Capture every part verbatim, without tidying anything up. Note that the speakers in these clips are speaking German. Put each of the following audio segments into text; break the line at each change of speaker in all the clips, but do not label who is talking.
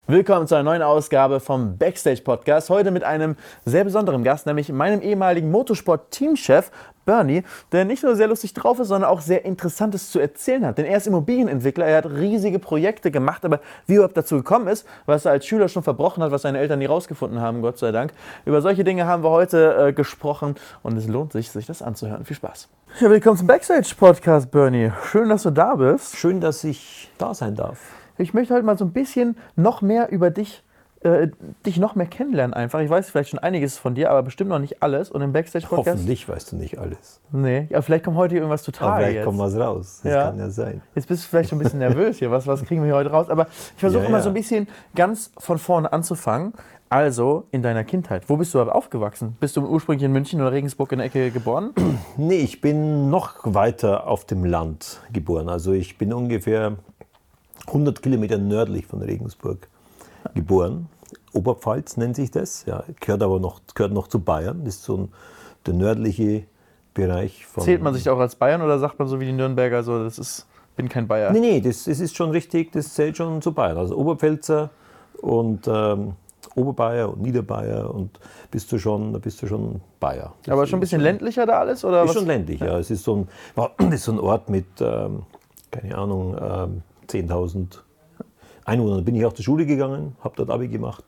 Willkommen zu einer neuen Ausgabe vom Backstage Podcast. Heute mit einem sehr besonderen Gast, nämlich meinem ehemaligen Motorsport-Teamchef Bernie, der nicht nur sehr lustig drauf ist, sondern auch sehr Interessantes zu erzählen hat. Denn er ist Immobilienentwickler, er hat riesige Projekte gemacht, aber wie er überhaupt dazu gekommen ist, was er als Schüler schon verbrochen hat, was seine Eltern nie rausgefunden haben, Gott sei Dank. Über solche Dinge haben wir heute äh, gesprochen und es lohnt sich, sich das anzuhören. Viel Spaß. Ja, willkommen zum Backstage Podcast, Bernie. Schön, dass du da bist.
Schön, dass ich da sein darf.
Ich möchte heute mal so ein bisschen noch mehr über dich, äh, dich noch mehr kennenlernen einfach. Ich weiß vielleicht schon einiges von dir, aber bestimmt noch nicht alles. Und im Backstage-Podcast...
Hoffentlich weißt du nicht alles.
Nee, ja, vielleicht kommt heute irgendwas total.
Aber vielleicht
jetzt.
kommt was raus. Das
ja.
kann ja sein.
Jetzt bist du vielleicht schon ein bisschen nervös hier. Was, was kriegen wir hier heute raus? Aber ich versuche
ja,
immer
ja.
so ein bisschen ganz von vorne anzufangen. Also in deiner Kindheit. Wo bist du überhaupt aufgewachsen? Bist du ursprünglich in München oder Regensburg in der Ecke geboren?
Nee, ich bin noch weiter auf dem Land geboren. Also ich bin ungefähr hundert Kilometer nördlich von Regensburg geboren. Oberpfalz nennt sich das. Ja, gehört aber noch, gehört noch zu Bayern. Das ist so ein, der nördliche Bereich von...
Zählt man sich auch als Bayern oder sagt man so wie die Nürnberger, so, das ist, bin kein Bayer?
Nee, nee, das, das ist schon richtig, das zählt schon zu Bayern. Also Oberpfälzer und ähm, Oberbayer und Niederbayer und bist du schon, bist du schon Bayer. Das
aber schon ein bisschen schon ländlicher da alles? Oder
ist
was?
Schon ländlich, ja. ja. Es ist so ein, das ist so ein Ort mit, ähm, keine Ahnung, ähm, zehntausend Einwohnern. Da bin ich auf die Schule gegangen, habe dort Abi gemacht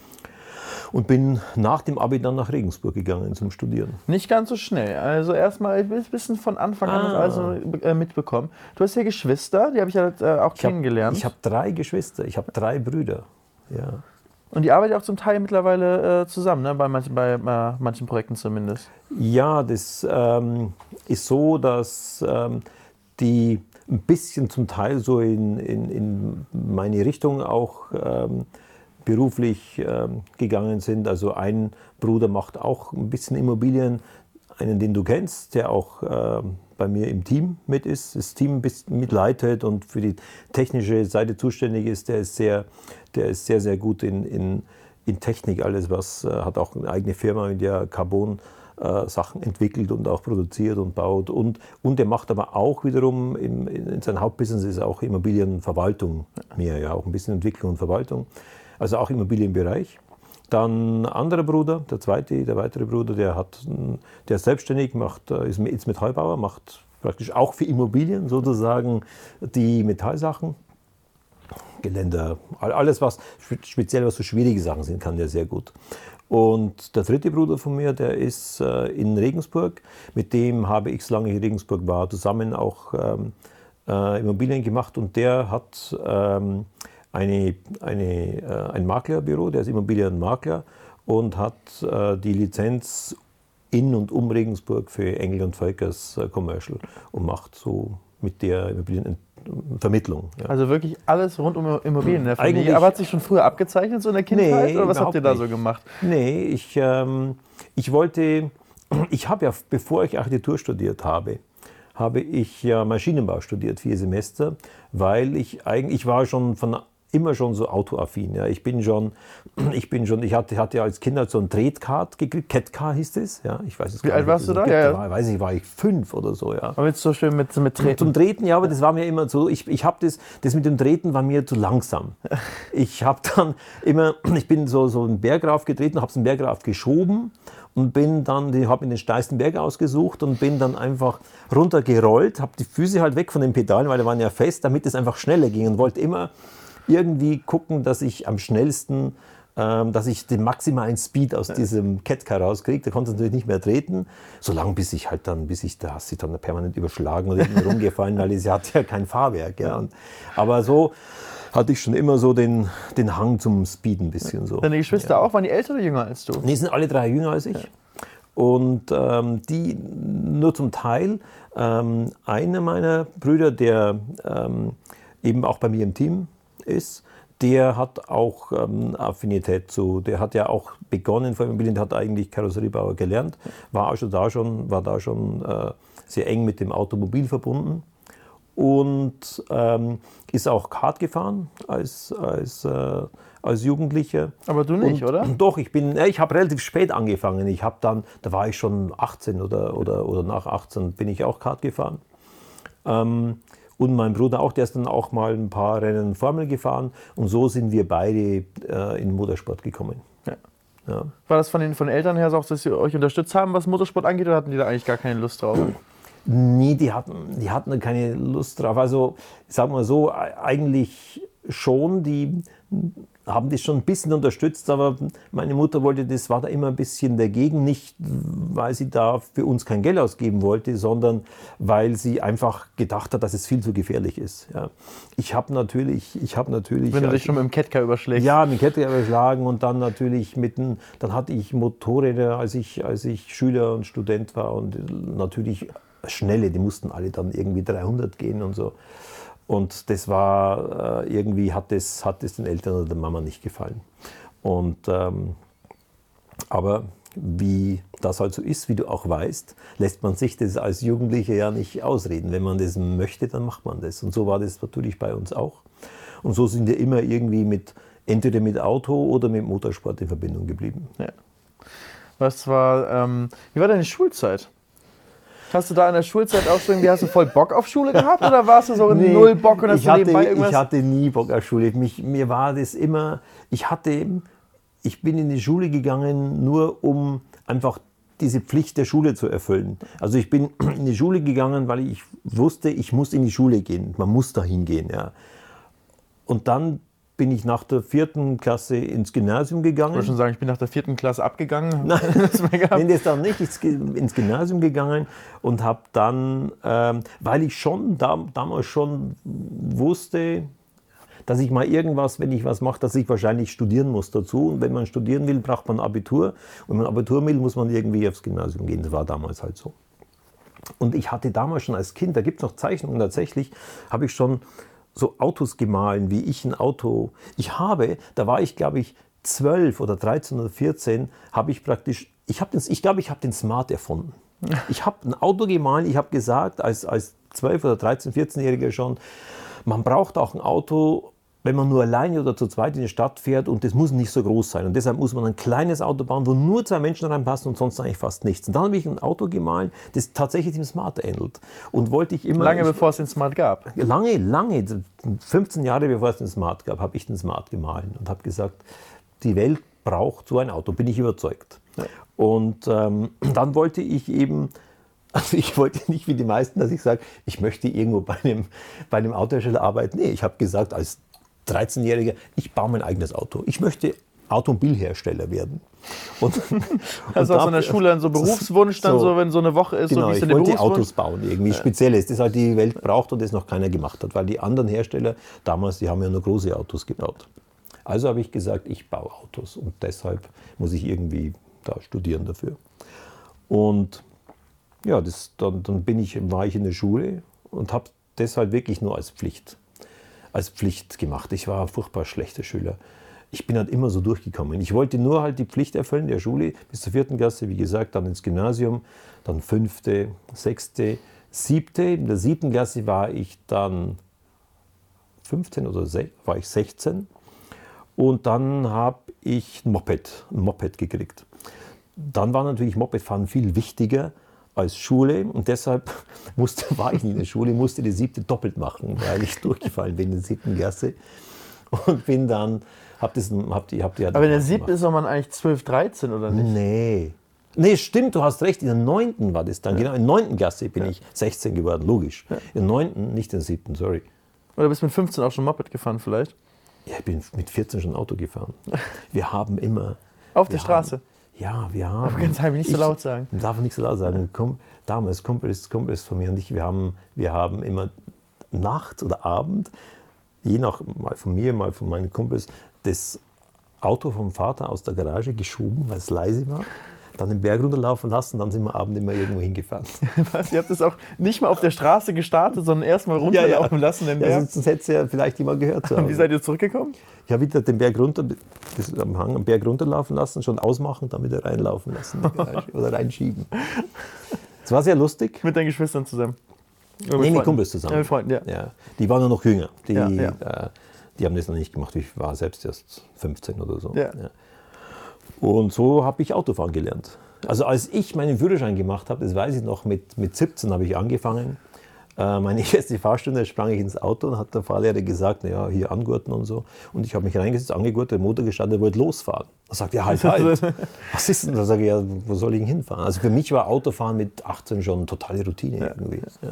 und bin nach dem Abi dann nach Regensburg gegangen zum Studieren.
Nicht ganz so schnell. Also erstmal ein bisschen von Anfang an
Ah.
also, äh, mitbekommen. Du hast ja Geschwister, die habe ich ja äh, auch
Ich
kennengelernt.
habe hab drei Geschwister, ich habe drei Brüder. Ja.
Und die arbeiten auch zum Teil mittlerweile äh, zusammen, ne? bei, manchen, bei äh, manchen Projekten zumindest.
Ja, das ähm, ist so, dass ähm, die ein bisschen zum Teil so in, in, in meine Richtung auch ähm, beruflich ähm, gegangen sind. Also ein Bruder macht auch ein bisschen Immobilien, einen, den du kennst, der auch ähm, bei mir im Team mit ist, das Team mitleitet und für die technische Seite zuständig ist. Der ist sehr, der ist sehr, sehr gut in, in, in Technik, alles was, äh, hat auch eine eigene Firma, in der Carbon Äh, Sachen entwickelt und auch produziert und baut. Und, und er macht aber auch wiederum, im, in seinem Hauptbusiness ist auch Immobilienverwaltung mehr, ja, auch ein bisschen Entwicklung und Verwaltung, also auch Immobilienbereich. Dann ein anderer Bruder, der zweite, der weitere Bruder, der, hat, der ist selbstständig, macht, ist, ist Metallbauer, macht praktisch auch für Immobilien sozusagen die Metallsachen. Geländer, alles was, speziell was so schwierige Sachen sind, kann der sehr gut. Und der dritte Bruder von mir, der ist äh, in Regensburg. Mit dem habe ich, solange ich in Regensburg war, zusammen auch ähm, äh, Immobilien gemacht. Und der hat ähm, eine, eine, äh, ein Maklerbüro, der ist Immobilienmakler und hat äh, die Lizenz in und um Regensburg für Engel und Völkers äh, Commercial und macht so mit der Immobilienvermittlung. Ja.
Also wirklich alles rund um Immobilien in der Familie.
Eigentlich,
aber hat sich schon früher abgezeichnet, so in der Kindheit?
Nee,
oder was habt ihr da
nicht.
so gemacht?
Nee, ich, ähm, ich wollte, ich habe ja, bevor ich Architektur studiert habe, habe ich ja Maschinenbau studiert, vier Semester, weil ich eigentlich, ich war schon von immer schon so autoaffin. Ja. Ich bin schon, ich bin schon, ich hatte, hatte als Kind halt so ein Tretkart gekriegt, Catcar hieß es. Ja. Ich weiß es
Wie
gar
alt
nicht,
warst du da?
Ja,
Ja,
ja. Weiß ich, war ich fünf oder so. Ja.
Aber jetzt so schön mit, mit Treten.
Zum Treten, ja, aber das war mir immer so, ich, ich habe das, das mit dem Treten war mir zu langsam. Ich habe dann immer, ich bin so, so einen Berg raufgetreten, habe es einen Berg raufgeschoben und bin dann, ich habe mir den steilsten Berg ausgesucht und bin dann einfach runtergerollt, habe die Füße halt weg von den Pedalen, weil die waren ja fest, damit es einfach schneller ging und wollte immer irgendwie gucken, dass ich am schnellsten, ähm, dass ich den maximalen Speed aus diesem Catcar rauskriege. Da konnte es natürlich nicht mehr treten, solange bis ich halt dann, bis ich, da hast du dann permanent überschlagen und irgendwie rumgefallen, weil es hat ja kein Fahrwerk. Ja. Und, aber so hatte ich schon immer so den, den Hang zum Speed ein bisschen so.
Deine Geschwister
ja.
auch? Waren die älter oder jünger als du?
Nee, sind alle drei jünger als ich. Ja. Und ähm, die nur zum Teil. Ähm, einer meiner Brüder, der ähm, eben auch bei mir im Team ist, der hat auch ähm, Affinität zu, der hat ja auch begonnen vor Immobilien, der hat eigentlich Karosseriebauer gelernt, war auch schon da schon, war da schon äh, sehr eng mit dem Automobil verbunden und ähm, ist auch Kart gefahren als, als, äh, als Jugendlicher.
Aber du nicht,
und,
oder?
Doch, ich bin, ich habe relativ spät angefangen. Ich habe dann, da war ich schon achtzehn oder, oder, oder nach achtzehn bin ich auch Kart gefahren. Ähm, Und mein Bruder auch, der ist dann auch mal ein paar Rennen Formel gefahren. Und so sind wir beide äh, in den Motorsport gekommen.
Ja.
Ja.
War das von den, von den Eltern her so, dass sie euch unterstützt haben, was Motorsport angeht, oder hatten die da eigentlich gar keine Lust drauf?
Nee, die hatten, die hatten keine Lust drauf. Also, ich sag mal so, eigentlich schon, die haben das schon ein bisschen unterstützt, aber meine Mutter wollte, das war da immer ein bisschen dagegen, nicht weil sie da für uns kein Geld ausgeben wollte, sondern weil sie einfach gedacht hat, dass es viel zu gefährlich ist. Ja. Ich habe natürlich, ich habe natürlich...
Wenn du dich schon mit dem Kettcar überschlägst.
Ja, mit dem Kettcar überschlagen und dann natürlich mit dem, dann hatte ich Motorräder, als ich, als ich Schüler und Student war und natürlich schnelle, die mussten alle dann irgendwie dreihundert gehen und so. Und das war äh, irgendwie, hat das, hat das den Eltern oder der Mama nicht gefallen. Und, ähm, aber wie das halt so ist, wie du auch weißt, lässt man sich das als Jugendlicher ja nicht ausreden. Wenn man das möchte, dann macht man das. Und so war das natürlich bei uns auch. Und so sind wir immer irgendwie mit, entweder mit Auto oder mit Motorsport in Verbindung geblieben.
Ja. Was war, ähm, wie war deine Schulzeit? Hast du da in der Schulzeit auch schon irgendwie, hast du voll Bock auf Schule gehabt oder warst du so
Nee,
null Bock und hast
ich
du
hatte,
nebenbei irgendwas?
Ich hatte nie Bock auf Schule. Mich, mir war das immer, ich hatte, ich bin in die Schule gegangen, nur um einfach diese Pflicht der Schule zu erfüllen. Also ich bin in die Schule gegangen, weil ich wusste, ich muss in die Schule gehen. Man muss dahin gehen, ja. Und dann bin ich nach der vierten Klasse ins Gymnasium gegangen.
Ich wollte schon sagen, ich bin nach der vierten Klasse abgegangen.
Nein, bin das dann nicht ins, ins Gymnasium gegangen und habe dann, ähm, weil ich schon da, damals schon wusste, dass ich mal irgendwas, wenn ich was mache, dass ich wahrscheinlich studieren muss dazu. Und wenn man studieren will, braucht man Abitur. Und wenn man Abitur will, muss man irgendwie aufs Gymnasium gehen. Das war damals halt so. Und ich hatte damals schon als Kind, da gibt es noch Zeichnungen tatsächlich, habe ich schon so Autos gemahlen, wie ich ein Auto, ich habe, da war ich glaube ich zwölf oder dreizehn oder vierzehn, habe ich praktisch, ich habe ich glaube ich habe den Smart erfunden. Ich habe ein Auto gemahlen, ich habe gesagt, als, als zwölf oder dreizehn, vierzehn-Jähriger schon, man braucht auch ein Auto, wenn man nur alleine oder zu zweit in die Stadt fährt und das muss nicht so groß sein. Und deshalb muss man ein kleines Auto bauen, wo nur zwei Menschen reinpassen und sonst eigentlich fast nichts. Und dann habe ich ein Auto gemahlen, das tatsächlich dem Smart ähnelt. Und wollte ich immer...
Lange
ich,
bevor es den Smart gab?
Lange, lange, fünfzehn Jahre bevor es den Smart gab, habe ich den Smart gemahlen und habe gesagt, die Welt braucht so ein Auto, bin ich überzeugt. Ja. Und ähm, dann wollte ich eben... Also ich wollte nicht wie die meisten, dass ich sage, ich möchte irgendwo bei einem, bei einem Autohersteller arbeiten. Nee, ich habe gesagt, als dreizehnjähriger, ich baue mein eigenes Auto. Ich möchte Automobilhersteller werden. Und,
also
und
aus so einer Schule dann so Berufswunsch, dann so, so, wenn so eine Woche ist,
genau,
so wie es
ich
in
wollte Autos bauen, irgendwie ja. Spezielles, das halt die Welt braucht und das noch keiner gemacht hat, weil die anderen Hersteller damals, die haben ja nur große Autos gebaut. Also habe ich gesagt, ich baue Autos und deshalb muss ich irgendwie da studieren dafür. Und ja, das, dann, dann bin ich, war ich in der Schule und habe das halt wirklich nur als Pflicht, als Pflicht gemacht. Ich war ein furchtbar schlechter Schüler. Ich bin halt immer so durchgekommen. Ich wollte nur halt die Pflicht erfüllen der Schule bis zur vierten Klasse, wie gesagt, dann ins Gymnasium, dann fünfte, sechste, siebte. In der siebten Klasse war ich dann fünfzehn oder war ich sechzehn und dann habe ich ein Moped, ein Moped gekriegt. Dann war natürlich Mopedfahren viel wichtiger als Schule und deshalb musste, war ich nicht in der Schule, musste die siebte doppelt machen, weil ich durchgefallen bin in der siebten Klasse und bin dann, hab das, hab die, hab die
Aber in der siebten ist doch man eigentlich zwölf, dreizehn oder nicht?
Nee. Nee, stimmt, du hast recht, in der neunten war das dann, ja. Genau, in der neunten Klasse bin ja. ich sechzehn geworden, logisch. Ja. In der neunten, nicht in der siebten, sorry.
Oder bist du mit fünfzehn auch schon Moped gefahren vielleicht?
Ja, ich bin mit vierzehn schon Auto gefahren. Wir haben immer...
Auf der Straße?
Haben, Ja, wir haben...
Aber ganz heimlich, nicht so laut sagen.
Ich darf nicht so laut sagen. Komm, damals, Kumpels, Kumpels von mir und ich, wir haben, wir haben immer nachts oder Abend, je nach, mal von mir, mal von meinen Kumpels, das Auto vom Vater aus der Garage geschoben, weil es leise war, dann den Berg runterlaufen lassen, dann sind wir abends immer irgendwo hingefahren.
Was, ihr habt das auch nicht mal auf der Straße gestartet, sondern erst mal runterlaufen ja, ja. lassen den Berg?
Ja, sonst hätte es ja vielleicht jemand gehört.
Und wie seid ihr zurückgekommen?
Ich habe wieder den Berg runter, das am Hang am Berg runterlaufen lassen, schon ausmachen, dann wieder reinlaufen lassen oder reinschieben. Das war sehr lustig.
Mit deinen Geschwistern zusammen?
Oder nee, mit Kumpels zusammen.
Ja, mit Freunden, ja.
Ja. Die waren ja noch jünger. Die,
ja, ja.
Äh, die haben das noch nicht gemacht. Ich war selbst erst fünfzehn oder so.
Ja.
Ja. Und so habe ich Autofahren gelernt. Also als ich meinen Führerschein gemacht habe, das weiß ich noch, mit, mit siebzehn habe ich angefangen. Äh, meine erste Fahrstunde sprang ich ins Auto und hat der Fahrlehrer gesagt, naja, hier angurten und so. Und ich habe mich reingesetzt, angegurtet, der Motor gestartet, wollte losfahren. Er sagt, ja, halt, halt. Was ist denn? Da sage ich, ja, wo soll ich denn hinfahren? Also für mich war Autofahren mit achtzehn schon totale Routine ja. irgendwie. Ja.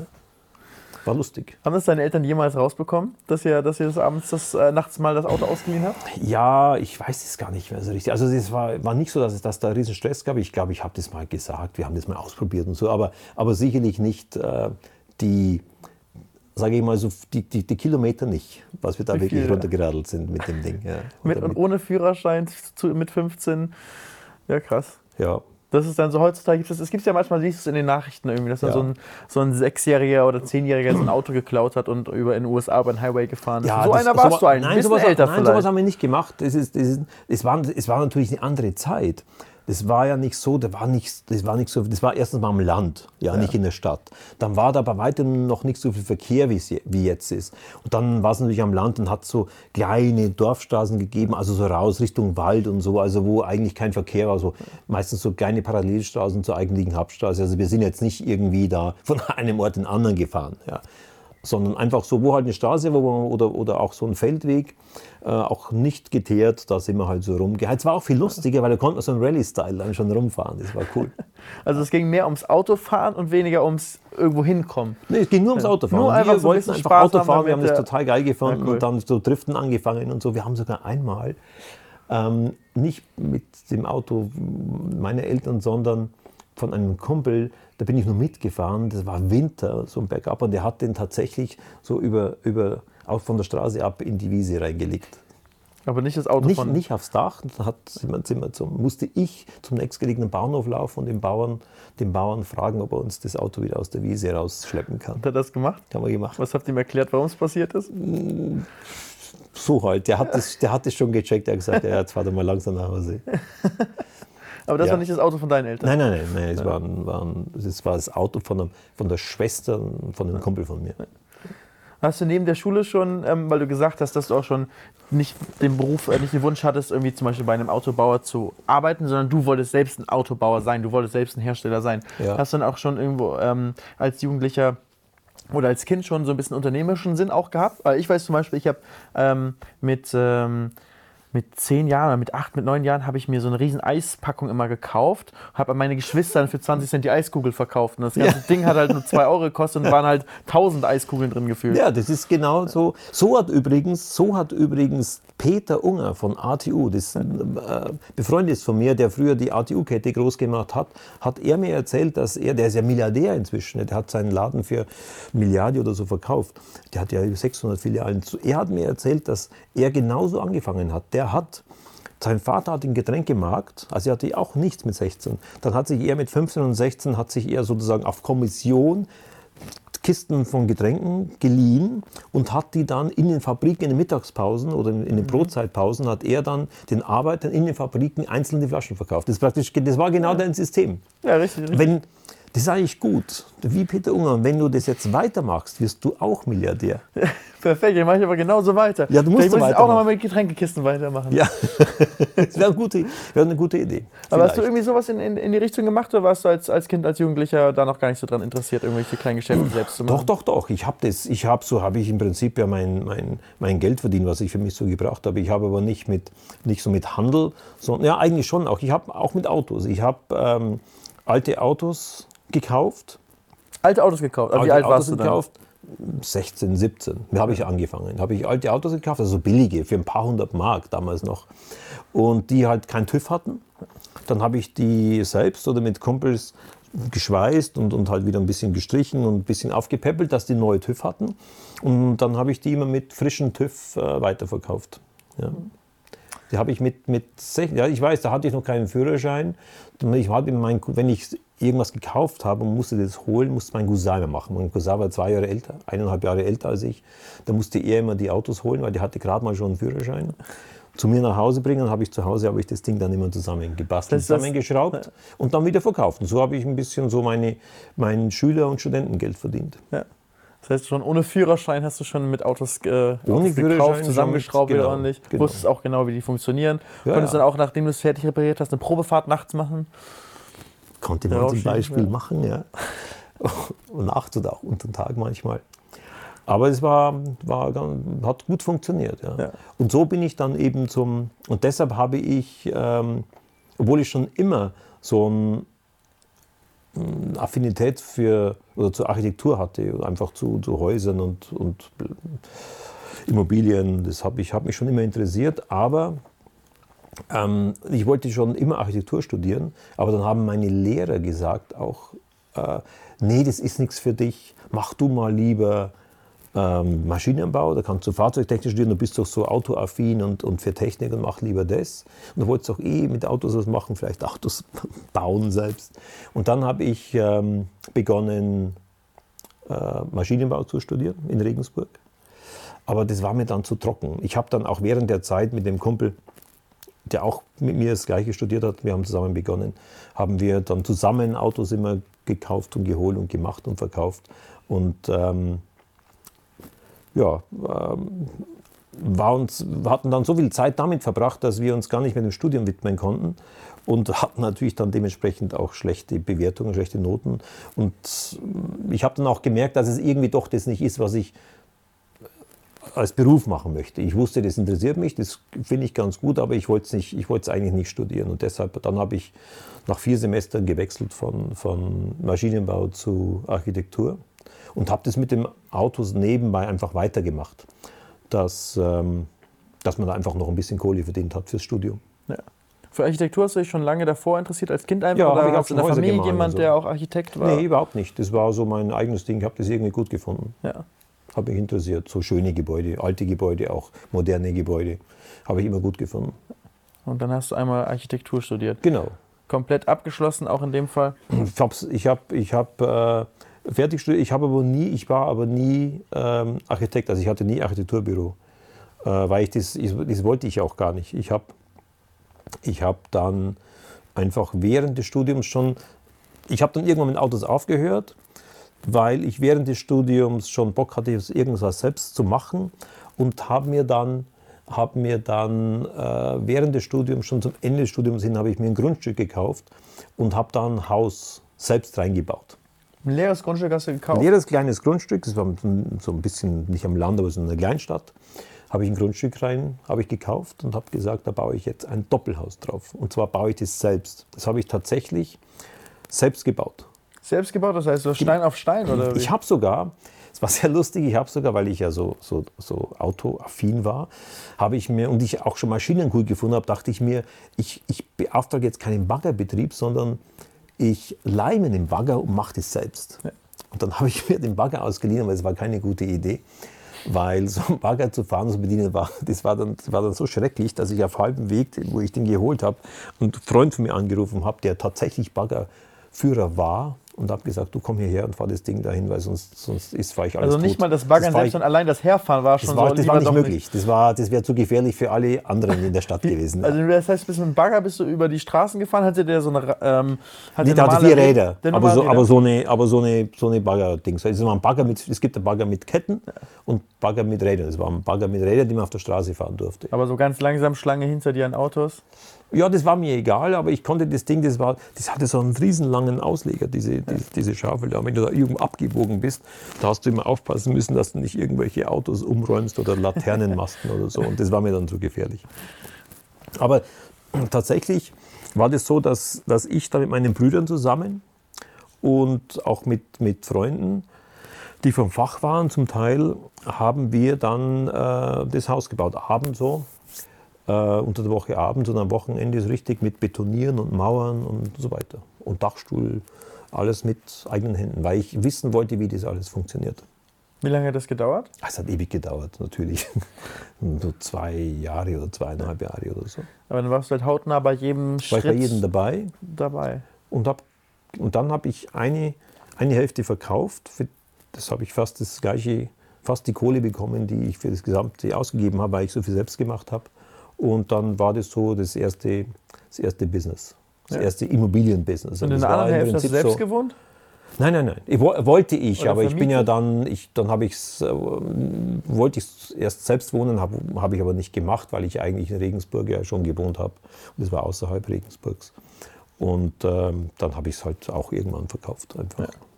War lustig.
Haben das deine Eltern jemals rausbekommen, dass ihr, dass ihr das abends das, äh, nachts mal das Auto ausgeliehen habt?
Ja, ich weiß es gar nicht mehr so richtig. Also es war, war nicht so, dass es dass da riesen Stress gab. Ich glaube, ich habe das mal gesagt, wir haben das mal ausprobiert und so, aber, aber sicherlich nicht äh, die, sage ich mal so, die, die, die Kilometer nicht, was wir da Wie wirklich viel, runtergeradelt sind mit dem Ding. Ja.
Mit und ohne Führerschein zu, mit fünfzehn, ja krass.
Ja.
Das ist dann so, heutzutage gibt es, es gibt ja manchmal, siehst du es in den Nachrichten irgendwie, dass dann ja. so, ein, so ein Sechsjähriger oder Zehnjähriger so ein Auto geklaut hat und über in den U S A über den Highway gefahren ist. Ja, so das, einer warst so, du eigentlich,
nein, sowas, älter nein, sowas haben wir nicht gemacht. Es, ist, es, ist, es, war, es war natürlich eine andere Zeit. Das war ja nicht so, das war nicht, das war nicht so, das war erstens mal am Land, ja, ja. nicht in der Stadt. Dann war da bei weitem noch nicht so viel Verkehr, wie es wie jetzt ist. Und dann war es natürlich am Land und hat so kleine Dorfstraßen gegeben, also so raus Richtung Wald und so, also wo eigentlich kein Verkehr war, so meistens so kleine Parallelstraßen zur eigentlichen Hauptstraße. Also wir sind jetzt nicht irgendwie da von einem Ort in den anderen gefahren, ja. Sondern einfach so, wo halt eine Straße war wo, oder, oder auch so ein Feldweg, äh, auch nicht geteert, da sind wir halt so rumgehalten. Es war auch viel lustiger, weil da konnte man so einen Rallye-Style dann schon rumfahren, das war cool.
Also es ging mehr ums Autofahren und weniger ums irgendwo hinkommen?
Nee, es ging nur ums Autofahren.
Nur
wir
einfach so
wollten
ein
einfach Auto fahren, wir haben das
der...
total geil gefunden ja, cool. und dann so Driften angefangen und so. Wir haben sogar einmal, ähm, nicht mit dem Auto meiner Eltern, sondern von einem Kumpel, da bin ich nur mitgefahren, das war Winter, so ein Bergab, und der hat den tatsächlich so über, über, auch von der Straße ab in die Wiese reingelegt.
Aber nicht das Auto
nicht,
von...
Nicht aufs Dach, da hat, sind wir, sind wir zum, musste ich zum nächstgelegenen Bauernhof laufen und den Bauern, den Bauern fragen, ob er uns das Auto wieder aus der Wiese rausschleppen kann.
Hat er das gemacht?
Haben wir gemacht.
Was habt ihr ihm erklärt, warum es passiert ist?
So halt, der hat, das, der hat das schon gecheckt, er hat gesagt, ja, jetzt fahr doch mal langsam nach Hause.
Aber das
ja.
war nicht das Auto von deinen Eltern?
Nein, nein, nein. nein. Es, ja. war ein, war ein, es war das Auto von, einem, von der Schwester von einem Kumpel von mir.
Hast du neben der Schule schon, ähm, weil du gesagt hast, dass du auch schon nicht den Beruf, äh, nicht den Wunsch hattest, irgendwie zum Beispiel bei einem Autobauer zu arbeiten, sondern du wolltest selbst ein Autobauer sein, du wolltest selbst ein Hersteller sein. Ja. Hast du dann auch schon irgendwo ähm, als Jugendlicher oder als Kind schon so ein bisschen unternehmerischen Sinn auch gehabt? Weil ich weiß zum Beispiel, ich habe ähm, mit... Ähm, Mit zehn Jahren oder mit acht, mit neun Jahren habe ich mir so eine riesen Eispackung immer gekauft, habe an meine Geschwister dann für zwanzig Cent die Eiskugel verkauft. Und das ganze ja. Ding hat halt nur zwei Euro gekostet und waren halt tausend Eiskugeln drin gefühlt.
Ja, das ist genau so. So hat übrigens, so hat übrigens Peter Unger von A T U, das äh, befreundet ist von mir, der früher die A T U-Kette groß gemacht hat, hat er mir erzählt, dass er, der ist ja Milliardär inzwischen, der hat seinen Laden für Milliarden oder so verkauft. Der hat ja über sechshundert Filialen. Er hat mir erzählt, dass er genauso angefangen hat. Der hat, sein Vater hat den Getränkemarkt, also er hatte auch nichts mit sechzehn. Dann hat sich er mit fünfzehn und sechzehn, hat sich er sozusagen auf Kommission Kisten von Getränken geliehen und hat die dann in den Fabriken, in den Mittagspausen oder in den Brotzeitpausen, hat er dann den Arbeitern in den Fabriken einzelne Flaschen verkauft. Das, ist praktisch, das war genau ja. dein System.
Ja, richtig, richtig.
Wenn, das ist eigentlich gut, wie Peter Unger. Und wenn du das jetzt weitermachst, wirst du auch Milliardär.
Ja, perfekt, dann mache ich aber genauso weiter.
Ja, du musst
so
weitermachen.
Ich auch nochmal mit Getränkekisten weitermachen.
Ja, das wäre eine gute, wäre eine gute Idee.
Aber vielleicht. Hast du irgendwie sowas in, in, in die Richtung gemacht oder warst du als, als Kind, als Jugendlicher da noch gar nicht so dran interessiert, irgendwelche kleinen Geschäfte selbst zu machen?
Doch, doch, doch. Ich habe das, ich habe so habe ich im Prinzip ja mein, mein, mein Geld verdient, was ich für mich so gebraucht habe. Ich habe aber nicht mit nicht so mit Handel, sondern ja eigentlich schon auch. Ich habe auch mit Autos. Ich habe ähm, alte Autos gekauft.
Alte Autos gekauft?
Alte
wie alt
Autos
warst du dann?
Gekauft. sechzehn, siebzehn. Da habe ich angefangen. Habe ich alte Autos gekauft, also billige, für ein paar hundert Mark damals noch. Und die halt keinen TÜV hatten. Dann habe ich die selbst oder mit Kumpels geschweißt und, und halt wieder ein bisschen gestrichen und ein bisschen aufgepäppelt, dass die neue TÜV hatten. Und dann habe ich die immer mit frischem TÜV äh, weiterverkauft. Ja. Die habe ich mit, mit ja, ich weiß, da hatte ich noch keinen Führerschein. Ich hatte mein, wenn ich irgendwas gekauft habe und musste das holen, musste mein Cousin mehr machen. Mein Cousin war zwei Jahre älter, eineinhalb Jahre älter als ich. Da musste er immer die Autos holen, weil der hatte gerade mal schon einen Führerschein. Zu mir nach Hause bringen, habe ich zu Hause habe ich das Ding dann immer zusammengebastelt, zusammengeschraubt und dann wieder verkauft. Und so habe ich ein bisschen so meine, mein Schüler- und Studentengeld verdient.
Ja. Das heißt, schon ohne Führerschein hast du schon mit Autos, äh,
ohne
Autos gekauft, zusammengeschraubt
genau,
wieder ordentlich. Du
genau.
wusstest auch genau, wie die funktionieren.
Ja,
Konntest
ja.
dann auch, nachdem du es fertig repariert hast, eine Probefahrt nachts machen.
Konnte man zum Beispiel ja. machen, ja. nachts oder auch unter den Tag manchmal. Aber es war, war, hat gut funktioniert. Ja. Ja. Und so bin ich dann eben zum, und deshalb habe ich, ähm, obwohl ich schon immer so ein Affinität für oder zur Architektur hatte, einfach zu, zu Häusern und, und Immobilien, das habe ich habe mich schon immer interessiert, aber ähm, ich wollte schon immer Architektur studieren, aber dann haben meine Lehrer gesagt auch, äh, nee, das ist nichts für dich, mach du mal lieber ähm, Maschinenbau, da kannst du Fahrzeugtechnik studieren, du bist doch so autoaffin und, und für Technik und mach lieber das. Und du wolltest auch eh mit Autos was machen, vielleicht Autos bauen selbst. Und dann habe ich ähm, begonnen, äh, Maschinenbau zu studieren in Regensburg. Aber das war mir dann zu trocken. Ich habe dann auch während der Zeit mit dem Kumpel, der auch mit mir das Gleiche studiert hat, wir haben zusammen begonnen, haben wir dann zusammen Autos immer gekauft und geholt und gemacht und verkauft. Und ähm, ja, ähm, war uns, wir hatten dann so viel Zeit damit verbracht, dass wir uns gar nicht mehr dem Studium widmen konnten und hatten natürlich dann dementsprechend auch schlechte Bewertungen, schlechte Noten. Und ich habe dann auch gemerkt, dass es irgendwie doch das nicht ist, was ich als Beruf machen möchte. Ich wusste, das interessiert mich, das finde ich ganz gut, aber ich wollte es nicht, ich wollte es eigentlich nicht studieren. Und deshalb, dann habe ich nach vier Semestern gewechselt von, von Maschinenbau zu Architektur. Und habe das mit dem Autos nebenbei einfach weitergemacht, dass, ähm, dass man da einfach noch ein bisschen Kohle verdient hat fürs Studium.
Ja. Für Architektur hast du dich schon lange davor interessiert, als Kind einfach?
Ja,
oder
ich
hast du in der
Häuser
Familie
gemalt
jemand,
so.
der auch Architekt war?
Nee, überhaupt nicht. Das war so mein eigenes Ding. Ich habe das irgendwie gut gefunden.
Ja.
Habe mich interessiert. So schöne Gebäude, alte Gebäude, auch moderne Gebäude. Habe ich immer gut gefunden.
Und dann hast du einmal Architektur studiert?
Genau.
Komplett abgeschlossen, auch in dem Fall?
Ich habe ich hab, ich hab, äh, fertig studiert. Ich habe aber nie, ich war aber nie ähm, Architekt, also ich hatte nie Architekturbüro, äh, weil ich das, ich, das wollte ich auch gar nicht. Ich habe ich hab dann einfach während des Studiums schon, ich habe dann irgendwann mit Autos aufgehört, weil ich während des Studiums schon Bock hatte, irgendwas selbst zu machen und habe mir dann, hab mir dann äh, während des Studiums, schon zum Ende des Studiums hin, habe ich mir ein Grundstück gekauft und habe da ein Haus selbst reingebaut.
Ein leeres Grundstück hast du gekauft?
Ein leeres kleines Grundstück, das war so ein bisschen nicht am Land, aber so in einer Kleinstadt. Habe ich ein Grundstück rein, habe ich gekauft und habe gesagt, da baue ich jetzt ein Doppelhaus drauf. Und zwar baue ich das selbst. Das habe ich tatsächlich selbst gebaut.
Selbst gebaut, das heißt so Stein auf Stein? Oder wie?
Ich habe sogar, es war sehr lustig, ich habe sogar, weil ich ja so, so, so autoaffin war, habe ich mir, und ich auch schon Maschinen cool gefunden habe, dachte ich mir, ich, ich beauftrage jetzt keinen Baggerbetrieb, sondern ich leihe mir den Bagger und mache das selbst. Ja. Und dann habe ich mir den Bagger ausgeliehen, aber es war keine gute Idee, weil so einen Bagger zu fahren, zu bedienen, war, das, war dann, das war dann so schrecklich, dass ich auf halbem Weg, wo ich den geholt habe, einen Freund von mir angerufen habe, der tatsächlich Baggerführer war, und habe gesagt, du komm hierher und fahr das Ding dahin, weil sonst, sonst ist, fahr ich alles
Also nicht
tot.
mal das Baggern
das
selbst, sondern allein das Herfahren war schon
das war,
so.
Das war nicht möglich. Nicht. Das, war, das wäre zu gefährlich für alle anderen in der Stadt gewesen.
Also das heißt, bist du mit dem Bagger bist du über die Straßen gefahren? Hatte der so eine ähm, hatte
nee, der hatte vier Räder,
Räder
aber, so,
Räder.
aber so eine, aber so eine, so eine Bagger-Dings. Also ein Bagger mit, es gibt einen Bagger mit Ketten ja. und Bagger mit Rädern. Das war ein Bagger mit Rädern, die man auf der Straße fahren durfte.
Aber so ganz langsam Schlange hinter dir an Autos?
Ja, das war mir egal, aber ich konnte das Ding, das, war, das hatte so einen riesenlangen Ausleger, diese, die, diese Schaufel da. Wenn du da irgendwo abgebogen bist, da hast du immer aufpassen müssen, dass du nicht irgendwelche Autos umräumst oder Laternenmasten oder so. Und das war mir dann zu gefährlich. Aber tatsächlich war das so, dass, dass ich da mit meinen Brüdern zusammen und auch mit, mit Freunden, die vom Fach waren zum Teil, haben wir dann äh, das Haus gebaut. Abends so. Äh, unter der Woche abends und am Wochenende ist richtig mit Betonieren und Mauern und so weiter. Und Dachstuhl, alles mit eigenen Händen, weil ich wissen wollte, wie das alles funktioniert.
Wie lange hat das gedauert?
Es hat ewig gedauert, natürlich. So zwei Jahre oder zweieinhalb Jahre oder so.
Aber dann warst du halt hautnah bei jedem Schritt
war ich bei jedem dabei.
dabei.
Und, hab, und dann habe ich eine, eine Hälfte verkauft. Für, das habe ich fast das gleiche, fast die Kohle bekommen, die ich für das Gesamte ausgegeben habe, weil ich so viel selbst gemacht habe. Und dann war das so das erste, das erste Business, das ja. erste Immobilienbusiness.
Und in der anderen Hälfte hast du selbst so gewohnt?
Nein, nein, nein. Ich, wollte ich,
Oder
aber
vermietet?
Ich bin ja dann, ich, dann habe ich's, äh, wollte ich erst selbst wohnen, habe hab ich aber nicht gemacht, weil ich eigentlich in Regensburg ja schon gewohnt habe. Und das war außerhalb Regensburgs. Und ähm, dann habe ich es halt auch irgendwann verkauft. Einfach.
Ja.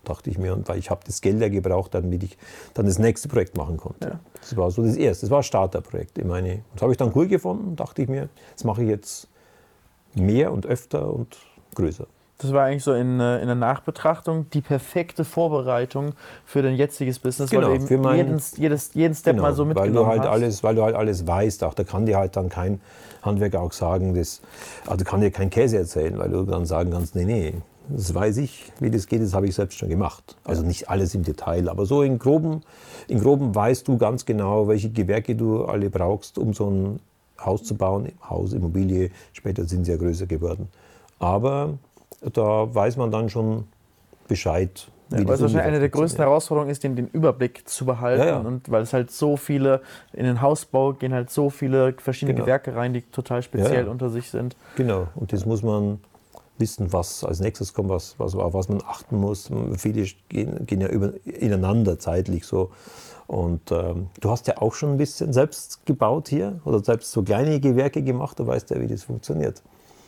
dachte ich mir. Und weil ich habe das Geld ja gebraucht, damit ich dann das nächste Projekt machen konnte.
Ja.
Das war so das erste, das war ein Starterprojekt. Ich meine, das habe ich dann cool gefunden, dachte ich mir, das mache ich jetzt mehr und öfter und größer.
Das war eigentlich so in, äh, in der Nachbetrachtung die perfekte Vorbereitung für dein jetziges Business,
Genau,
weil du eben
für mein-
jeden, jedes, jeden Step
Genau,
mal so
weil
mitgenommen
du halt
hast.
alles, weil du halt alles weißt, auch da kann dir halt dann kein Handwerker auch sagen, das, also kann dir kein Käse erzählen, weil du dann sagen kannst, nee, nee, das weiß ich, wie das geht, das habe ich selbst schon gemacht. Also nicht alles im Detail, aber so in groben, in groben weißt du ganz genau, welche Gewerke du alle brauchst, um so ein Haus zu bauen, Haus, Immobilie, später sind sie ja größer geworden. Aber da weiß man dann schon Bescheid.
Ja,
wie
weil es
das
wahrscheinlich eine der
ungefähr
größten
funktioniert.
Herausforderungen ist, den, den Überblick zu behalten.
Ja, ja.
Und weil es halt so viele, in den Hausbau gehen halt so viele verschiedene
Genau.
Gewerke rein, die total speziell
Ja, ja.
unter sich sind.
Genau, und das muss man wissen, was als nächstes kommt, was, was, auf was man achten muss. Viele gehen, gehen ja über, ineinander zeitlich so. Und ähm, du hast ja auch schon ein bisschen selbst gebaut hier oder selbst so kleine Gewerke gemacht, du weißt ja, wie das funktioniert.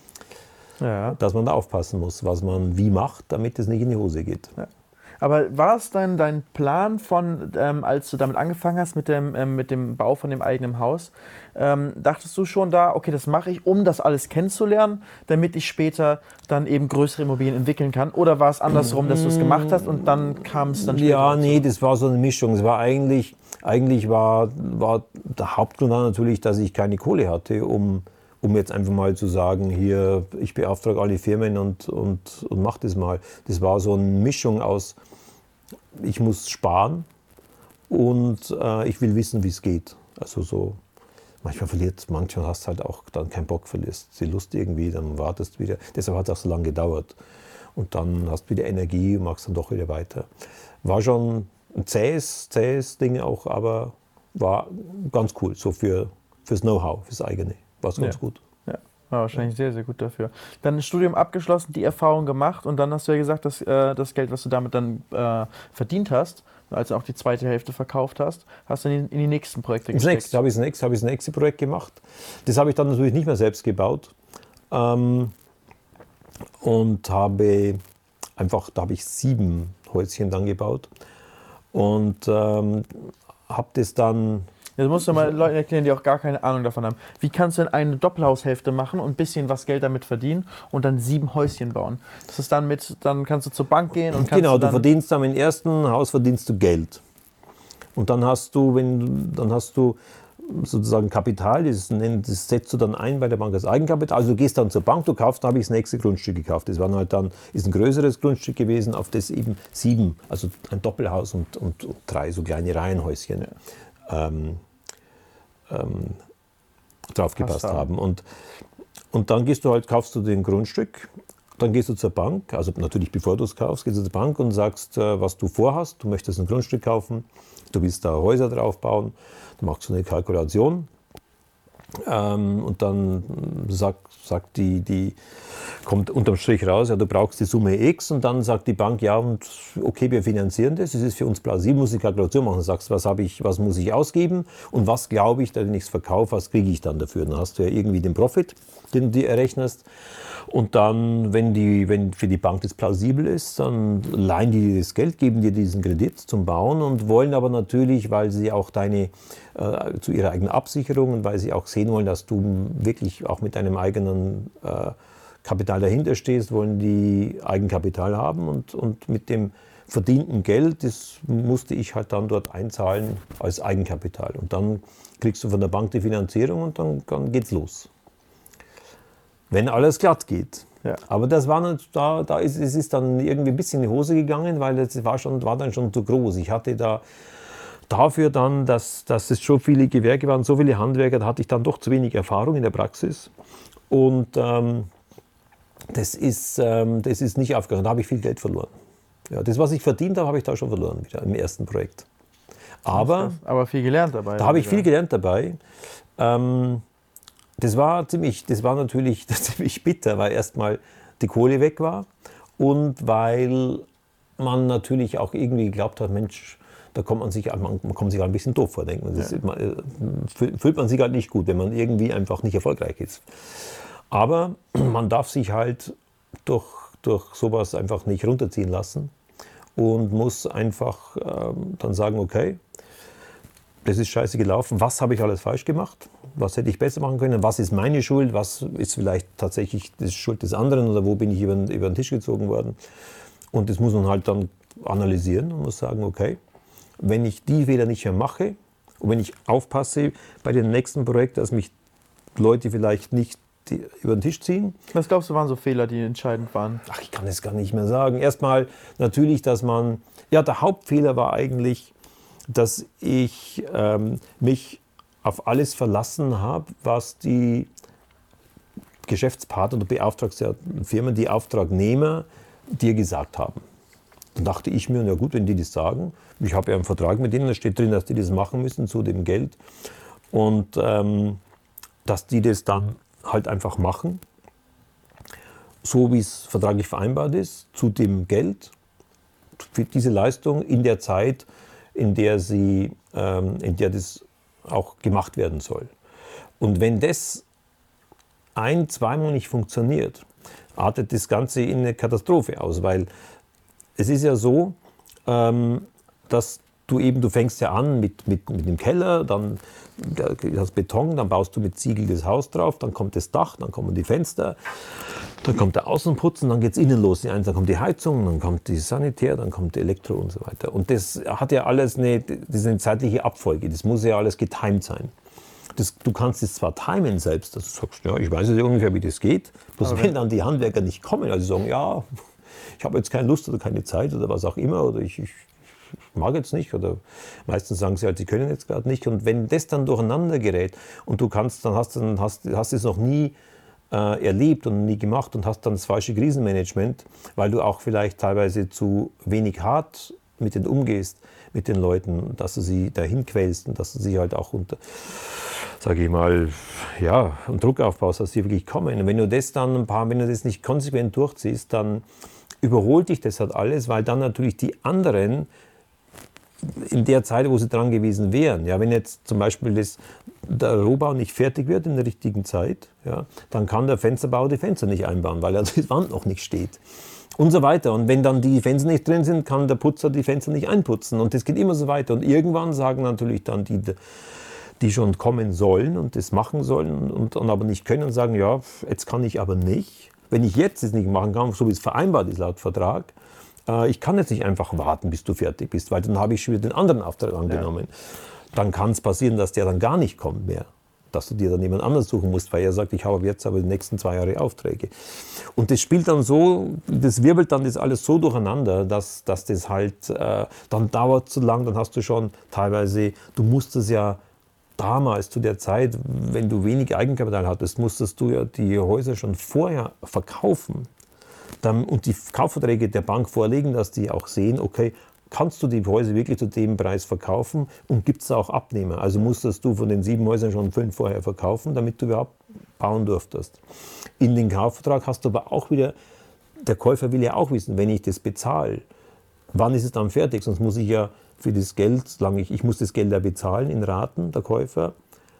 Ja.
Dass man da aufpassen muss, was man wie macht, damit es nicht in die Hose geht.
Ja. Aber war es dann dein Plan von, ähm, als du damit angefangen hast mit dem, ähm, mit dem Bau von dem eigenen Haus, ähm, dachtest du schon da, okay, das mache ich, um das alles kennenzulernen, damit ich später dann eben größere Immobilien entwickeln kann? Oder war es andersrum, dass du es gemacht hast und dann kam es dann später
Ja,
dazu?
nee, das war so eine Mischung. Es war eigentlich, eigentlich war, war der Hauptgrund war natürlich, dass ich keine Kohle hatte, um, um jetzt einfach mal zu sagen, hier, ich beauftrage alle Firmen und, und, und mach das mal. Das war so eine Mischung aus, ich muss sparen und äh, ich will wissen, wie es geht. Also so, manchmal verliert, manchmal hast du halt auch dann keinen Bock, verlierst die Lust irgendwie, dann wartest wieder. Deshalb hat es auch so lange gedauert. Und dann hast du wieder Energie und machst dann doch wieder weiter. War schon ein zähes, zähes Ding auch, aber war ganz cool, so für, fürs Know-how, fürs eigene. War es ganz
Ja.
gut.
Ja, war wahrscheinlich sehr, sehr gut dafür. Dann ein Studium abgeschlossen, die Erfahrung gemacht und dann hast du ja gesagt, dass äh, das Geld, was du damit dann äh, verdient hast, als du auch die zweite Hälfte verkauft hast, hast du in die, in die nächsten Projekte
Das
gesteckt.
nächste habe ich das nächste, habe ich das nächste Projekt gemacht. Das habe ich dann natürlich nicht mehr selbst gebaut. Ähm, und habe einfach, da habe ich sieben Häuschen dann gebaut. Und ähm, habe das dann.
Jetzt musst du mal Leuten erklären, die auch gar keine Ahnung davon haben. Wie kannst du denn eine Doppelhaushälfte machen und ein bisschen was Geld damit verdienen und dann sieben Häuschen bauen? Das ist dann mit, dann kannst du zur Bank gehen und kannst
Genau,
du
du
dann,
verdienst am ersten Haus verdienst du Geld. Und dann hast du, wenn, dann hast du sozusagen Kapital, das, das setzt du dann ein bei der Bank als Eigenkapital. Also du gehst dann zur Bank, du kaufst, da habe ich das nächste Grundstück gekauft. Das war halt dann, ist ein größeres Grundstück gewesen, auf das eben sieben, also ein Doppelhaus und, und, und drei so kleine Reihenhäuschen ähm, ähm, draufgepasst
Passt
haben. Und, und dann gehst du halt, kaufst du den Grundstück, dann gehst du zur Bank, also natürlich bevor du es kaufst, gehst du zur Bank und sagst, äh, was du vorhast. Du möchtest ein Grundstück kaufen, du willst da Häuser drauf bauen, du machst so eine Kalkulation ähm, und dann sagt, sagt die, die, kommt unterm Strich raus, ja, du brauchst die Summe X und dann sagt die Bank, ja, und okay, wir finanzieren das, es ist für uns plausibel, muss die Kalkulation machen, du sagst, was, habe ich, was muss ich ausgeben und was glaube ich, wenn ich es verkaufe, was kriege ich dann dafür? Dann hast du ja irgendwie den Profit, den du dir errechnest. Und dann, wenn, die, wenn für die Bank das plausibel ist, dann leihen die dir das Geld, geben dir diesen Kredit zum Bauen und wollen aber natürlich, weil sie auch deine, äh, zu ihrer eigenen Absicherung und weil sie auch sehen wollen, dass du wirklich auch mit deinem eigenen äh, Kapital dahinter stehst, wollen die Eigenkapital haben und, und mit dem verdienten Geld, das musste ich halt dann dort einzahlen als Eigenkapital. Und dann kriegst du von der Bank die Finanzierung und dann, dann geht's los. Wenn alles glatt geht.
Ja.
Aber das war nicht, da, da ist es ist dann irgendwie ein bisschen in die Hose gegangen, weil es war, schon, war dann schon zu groß. Ich hatte da dafür dann, dass, dass es schon viele Gewerke waren, so viele Handwerker, da hatte ich dann doch zu wenig Erfahrung in der Praxis. Und ähm, das, ist, ähm, das ist nicht aufgegangen. Da habe ich viel Geld verloren. Ja, das, was ich verdient habe, habe ich da schon verloren wieder im ersten Projekt. Aber,
aber viel gelernt dabei.
da habe ich
wieder.
viel gelernt dabei. Ähm, Das war ziemlich, das war natürlich ziemlich bitter, weil erstmal die Kohle weg war und weil man natürlich auch irgendwie geglaubt hat, Mensch, da kommt man sich, man, man kommt sich halt ein bisschen doof vor, denkt man. Das
Ja.
ist, man, fühlt man sich halt nicht gut, wenn man irgendwie einfach nicht erfolgreich ist. Aber man darf sich halt durch, durch sowas einfach nicht runterziehen lassen und muss einfach ähm, dann sagen, okay, das ist scheiße gelaufen, was habe ich alles falsch gemacht, was hätte ich besser machen können, was ist meine Schuld, was ist vielleicht tatsächlich die Schuld des anderen oder wo bin ich über, über den Tisch gezogen worden. Und das muss man halt dann analysieren und muss sagen, okay, wenn ich die Fehler nicht mehr mache und wenn ich aufpasse bei dem nächsten Projekt, dass mich Leute vielleicht nicht die, über den Tisch ziehen.
Was glaubst du, waren so Fehler, die entscheidend waren?
Ach, ich kann es gar nicht mehr sagen. Erstmal natürlich, dass man, ja, der Hauptfehler war eigentlich, dass ich ähm, mich auf alles verlassen habe, was die Geschäftspartner oder beauftragte Firmen, die Auftragnehmer dir gesagt haben. Dann dachte ich mir, na gut, wenn die das sagen, ich habe ja einen Vertrag mit denen, da steht drin, dass die das machen müssen zu dem Geld und ähm, dass die das dann halt einfach machen, so wie es vertraglich vereinbart ist, zu dem Geld, für diese Leistung in der Zeit, in der, sie, ähm, in der das auch gemacht werden soll. Und wenn das ein-, zweimal nicht funktioniert, artet das Ganze in eine Katastrophe aus, weil es ist ja so, ähm, dass du eben, du fängst ja an mit, mit, mit dem Keller, dann hast Beton, dann baust du mit Ziegel das Haus drauf, dann kommt das Dach, dann kommen die Fenster, dann kommt der Außenputzen, dann geht es innen los. Dann kommt die Heizung, dann kommt die Sanitär, dann kommt die Elektro und so weiter. Und das hat ja alles eine, das ist eine zeitliche Abfolge, das muss ja alles getimed sein. Das, du kannst es zwar timen selbst, dass du sagst, ja, ich weiß jetzt ungefähr, wie das geht, bloß okay. Wenn dann die Handwerker nicht kommen, also sagen, ja, ich habe jetzt keine Lust oder keine Zeit oder was auch immer, oder ich, ich mag jetzt nicht, oder meistens sagen sie halt, sie können jetzt gerade nicht. Und wenn das dann durcheinander gerät und du kannst, dann hast du hast, hast es noch nie äh, erlebt und nie gemacht und hast dann das falsche Krisenmanagement, weil du auch vielleicht teilweise zu wenig hart mit denen umgehst, mit den Leuten, dass du sie dahin quälst und dass du sie halt auch unter, sage ich mal, ja, einen Druck aufbaust, dass sie wirklich kommen. Und wenn du das dann ein paar, wenn du das nicht konsequent durchziehst, dann überholt dich das halt alles, weil dann natürlich die anderen in der Zeit, wo sie dran gewesen wären, ja, wenn jetzt zum Beispiel das, der Rohbau nicht fertig wird in der richtigen Zeit, ja, dann kann der Fensterbauer die Fenster nicht einbauen, weil die Wand noch nicht steht. Und so weiter. Und wenn dann die Fenster nicht drin sind, kann der Putzer die Fenster nicht einputzen. Und das geht immer so weiter. Und irgendwann sagen natürlich dann die, die schon kommen sollen und das machen sollen und, und aber nicht können, sagen, ja, jetzt kann ich aber nicht. Wenn ich jetzt das nicht machen kann, so wie es vereinbart ist laut Vertrag, äh, ich kann jetzt nicht einfach warten, bis du fertig bist, weil dann habe ich schon wieder den anderen Auftrag angenommen. Ja. Dann kann es passieren, dass der dann gar nicht kommt mehr. Dass du dir dann jemand anders suchen musst, weil er sagt, ich habe jetzt aber die nächsten zwei Jahre Aufträge. Und das spielt dann so, das wirbelt dann das alles so durcheinander, dass, dass das halt, äh, dann dauert zu lang, dann hast du schon teilweise, du musst es ja damals zu der Zeit, wenn du wenig Eigenkapital hattest, musstest du ja die Häuser schon vorher verkaufen dann, und die Kaufverträge der Bank vorlegen, dass die auch sehen, okay, kannst du die Häuser wirklich zu dem Preis verkaufen und gibt es auch Abnehmer? Also musstest du von den sieben Häusern schon fünf vorher verkaufen, damit du überhaupt bauen durftest. In den Kaufvertrag hast du aber auch wieder, der Käufer will ja auch wissen, wenn ich das bezahle, wann ist es dann fertig? Sonst muss ich ja für das Geld, solange ich, ich muss das Geld ja bezahlen in Raten, der Käufer,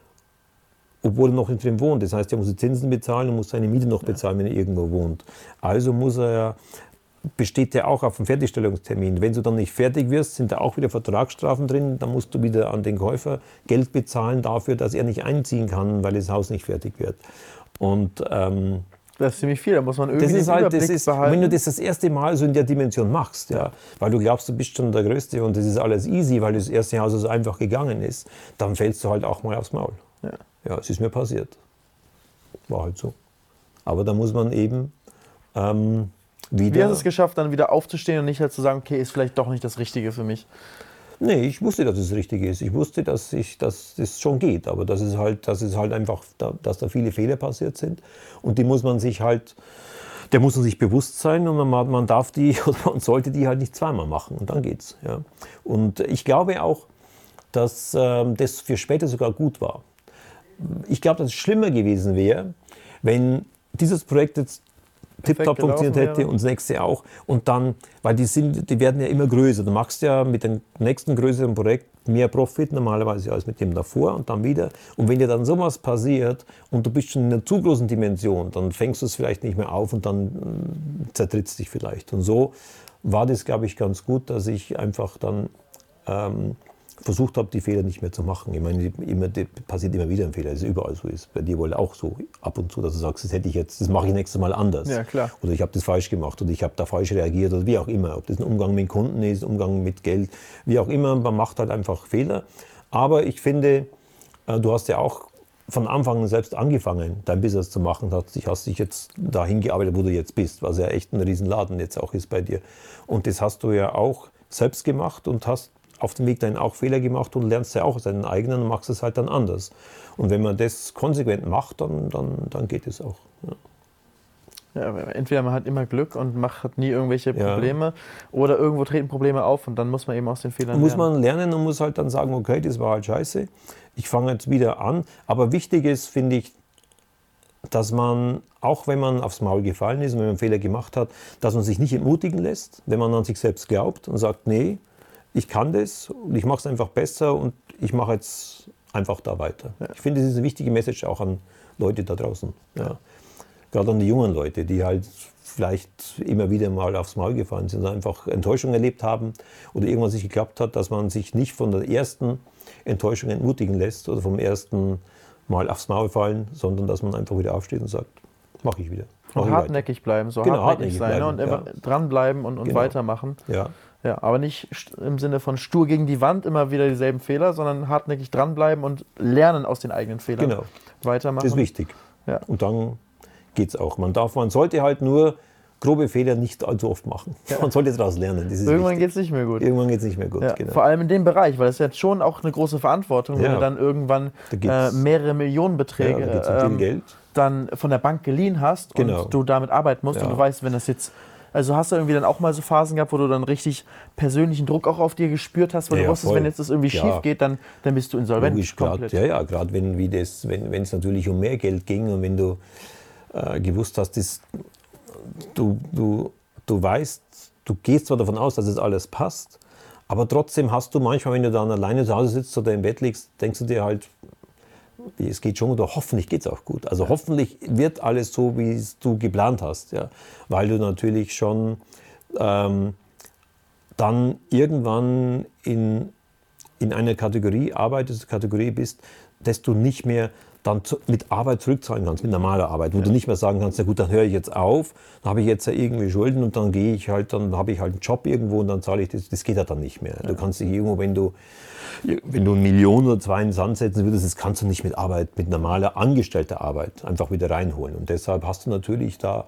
obwohl er noch nicht drin wohnt. Das heißt, er muss die Zinsen bezahlen und muss seine Miete noch bezahlen, wenn er irgendwo wohnt. Also muss er ja besteht ja auch auf dem Fertigstellungstermin. Wenn du dann nicht fertig wirst, sind da auch wieder Vertragsstrafen drin. Dann musst du wieder an den Käufer Geld bezahlen dafür, dass er nicht einziehen kann, weil das Haus nicht fertig wird. Und ähm,
das ist ziemlich viel, da muss man irgendwie
das ist
den
halt,
Überblick
das ist,
behalten.
wenn du das das erste Mal so in der Dimension machst, ja, weil du glaubst, du bist schon der Größte und das ist alles easy, weil das erste Haus so einfach gegangen ist, dann fällst du halt auch mal aufs Maul.
Ja,
ja, es ist mir passiert. War halt so. Aber da muss man eben ähm, wieder...
Wie hast du es geschafft, dann wieder aufzustehen und nicht halt zu sagen, okay, ist vielleicht doch nicht das Richtige für mich?
Nee, ich wusste, dass es das Richtige ist. Ich wusste, dass, ich, dass das schon geht, aber dass es halt, dass es halt einfach, dass da viele Fehler passiert sind und die muss man sich halt, der muss man sich bewusst sein und man, man darf die oder man sollte die halt nicht zweimal machen und dann geht's. Ja. Und ich glaube auch, dass ähm, das für später sogar gut war. Ich glaube, dass es schlimmer gewesen wäre, wenn dieses Projekt jetzt tipptopp funktioniert hätte und das nächste auch. Und dann, weil die, sind, die werden ja immer größer. Du machst ja mit dem nächsten größeren Projekt mehr Profit normalerweise als mit dem davor und dann wieder. Und wenn dir dann sowas passiert und du bist schon in einer zu großen Dimension, dann fängst du es vielleicht nicht mehr auf und dann zertrittst dich vielleicht. Und so war das, glaube ich, ganz gut, dass ich einfach dann ähm, versucht habe, die Fehler nicht mehr zu machen. Ich meine, immer, passiert immer wieder ein Fehler, das ist überall so ist. Bei dir wohl auch so ab und zu, dass du sagst, das hätte ich jetzt, das mache ich nächstes Mal anders.
Ja, klar.
Oder ich habe das falsch gemacht oder ich habe da falsch reagiert oder wie auch immer. Ob das ein Umgang mit Kunden ist, ein Umgang mit Geld, wie auch immer, man macht halt einfach Fehler. Aber ich finde, du hast ja auch von Anfang an selbst angefangen, dein Business zu machen, hast dich jetzt dahin gearbeitet, wo du jetzt bist, was ja echt ein Riesenladen jetzt auch ist bei dir. Und das hast du ja auch selbst gemacht und hast auf dem Weg dahin auch Fehler gemacht und lernst ja auch aus deinen eigenen und machst es halt dann anders. Und wenn man das konsequent macht, dann, dann, dann geht es auch. Ja.
Ja, entweder man hat immer Glück und macht nie irgendwelche Probleme, ja, oder irgendwo treten Probleme auf und dann muss man eben aus den Fehlern
muss
lernen.
Muss man lernen und muss halt dann sagen, okay, das war halt scheiße, ich fange jetzt wieder an. Aber wichtig ist, finde ich, dass man, auch wenn man aufs Maul gefallen ist und wenn man einen Fehler gemacht hat, dass man sich nicht entmutigen lässt, wenn man an sich selbst glaubt und sagt, nee, ich kann das und ich mache es einfach besser und ich mache jetzt einfach da weiter. Ja. Ich finde, das ist eine wichtige Message auch an Leute da draußen. Ja. Gerade an die jungen Leute, die halt vielleicht immer wieder mal aufs Maul gefallen sind und einfach Enttäuschung erlebt haben oder irgendwas nicht geklappt hat, dass man sich nicht von der ersten Enttäuschung entmutigen lässt oder vom ersten Mal aufs Maul fallen, sondern dass man einfach wieder aufsteht und sagt, mache ich wieder. Mach
und
ich
hartnäckig weiter. bleiben, so
genau,
hartnäckig, hartnäckig sein,
bleiben,
ne? Und
ja.
immer dranbleiben und, und
genau.
weitermachen.
Ja.
Ja, aber nicht im Sinne von stur gegen die Wand immer wieder dieselben Fehler, sondern hartnäckig dranbleiben und lernen aus den eigenen Fehlern.
Genau.
Weitermachen.
Das ist wichtig.
Ja.
Und dann geht es auch. Man darf, man sollte halt nur grobe Fehler nicht allzu oft machen. Ja. Man sollte daraus lernen. Das ist
Irgendwann geht es nicht mehr gut.
Irgendwann geht es nicht mehr gut.
Ja,
genau.
Vor allem in dem Bereich, weil das ist jetzt schon auch eine große Verantwortung, wenn
ja.
du dann irgendwann
da
äh, mehrere Millionenbeträge
ja, da um
ähm,
Geld.
dann von der Bank geliehen hast
genau.
und du damit arbeiten musst
ja.
und du weißt, wenn das jetzt. Also hast du irgendwie dann auch mal so Phasen gehabt, wo du dann richtig persönlichen Druck auch auf dir gespürt hast, weil
ja,
du wusstest,
voll.
wenn jetzt das irgendwie
ja.
schief geht, dann, dann bist du insolvent.
Logisch,
komplett.
Grad, ja, ja, gerade wenn wie das, wenn es natürlich um mehr Geld ging und wenn du äh, gewusst hast, dass du, du, du weißt, du gehst zwar davon aus, dass es alles passt, aber trotzdem hast du manchmal, wenn du dann alleine zu Hause sitzt oder im Bett liegst, denkst du dir halt, es geht schon, oder hoffentlich geht es auch gut. Also hoffentlich wird alles so, wie es du geplant hast. Ja? Weil du natürlich schon ähm, dann irgendwann in, in einer Kategorie arbeitest, Kategorie bist, dass du nicht mehr dann zu, mit Arbeit zurückzahlen kannst, mit normaler Arbeit, wo ja. du nicht mehr sagen kannst, na gut, dann höre ich jetzt auf, dann habe ich jetzt ja irgendwie Schulden und dann gehe ich halt, dann habe ich halt einen Job irgendwo und dann zahle ich das, das geht ja dann nicht mehr. Ja. Du kannst dich irgendwo, wenn du Wenn du eine Million oder zwei in den Sand setzen würdest, das kannst du nicht mit Arbeit, mit normaler angestellter Arbeit einfach wieder reinholen. Und deshalb hast du natürlich da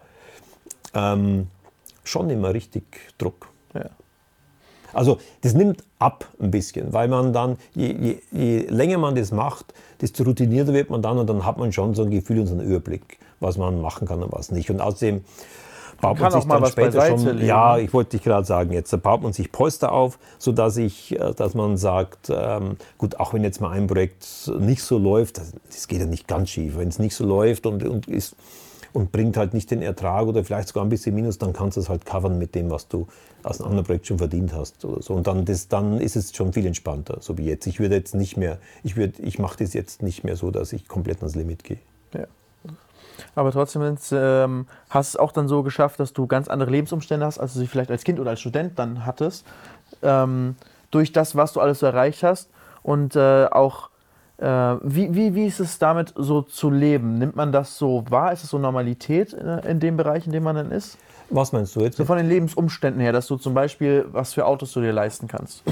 ähm, schon immer richtig Druck.
Ja.
Also das nimmt ab ein bisschen, weil man dann, je, je, je länger man das macht, desto routinierter wird man dann und dann hat man schon so ein Gefühl und so einen Überblick, was man machen kann und was nicht. Und außerdem baut man, man sich dann später schon, legen. Ja, ich wollte dich gerade sagen, jetzt baut man sich Polster auf, sodass ich, dass man sagt, ähm, gut, auch wenn jetzt mal ein Projekt nicht so läuft, das, das geht ja nicht ganz schief, wenn es nicht so läuft und, und, ist, und bringt halt nicht den Ertrag oder vielleicht sogar ein bisschen Minus, dann kannst du es halt covern mit dem, was du aus einem anderen Projekt schon verdient hast oder so. Und dann, das, dann ist es schon viel entspannter, so wie jetzt. Ich würde jetzt nicht mehr, ich, würde, ich mache das jetzt nicht mehr so, dass ich komplett ans Limit gehe.
Ja. Aber trotzdem ähm, hast du es auch dann so geschafft, dass du ganz andere Lebensumstände hast, als du sie vielleicht als Kind oder als Student dann hattest, ähm, durch das, was du alles so erreicht hast. Und äh, auch, äh, wie, wie, wie ist es damit so zu leben? Nimmt man das so wahr? Ist es so Normalität in, in dem Bereich, in dem man dann ist?
Was meinst du jetzt?
So von den Lebensumständen her, dass du zum Beispiel, was für Autos du dir leisten kannst.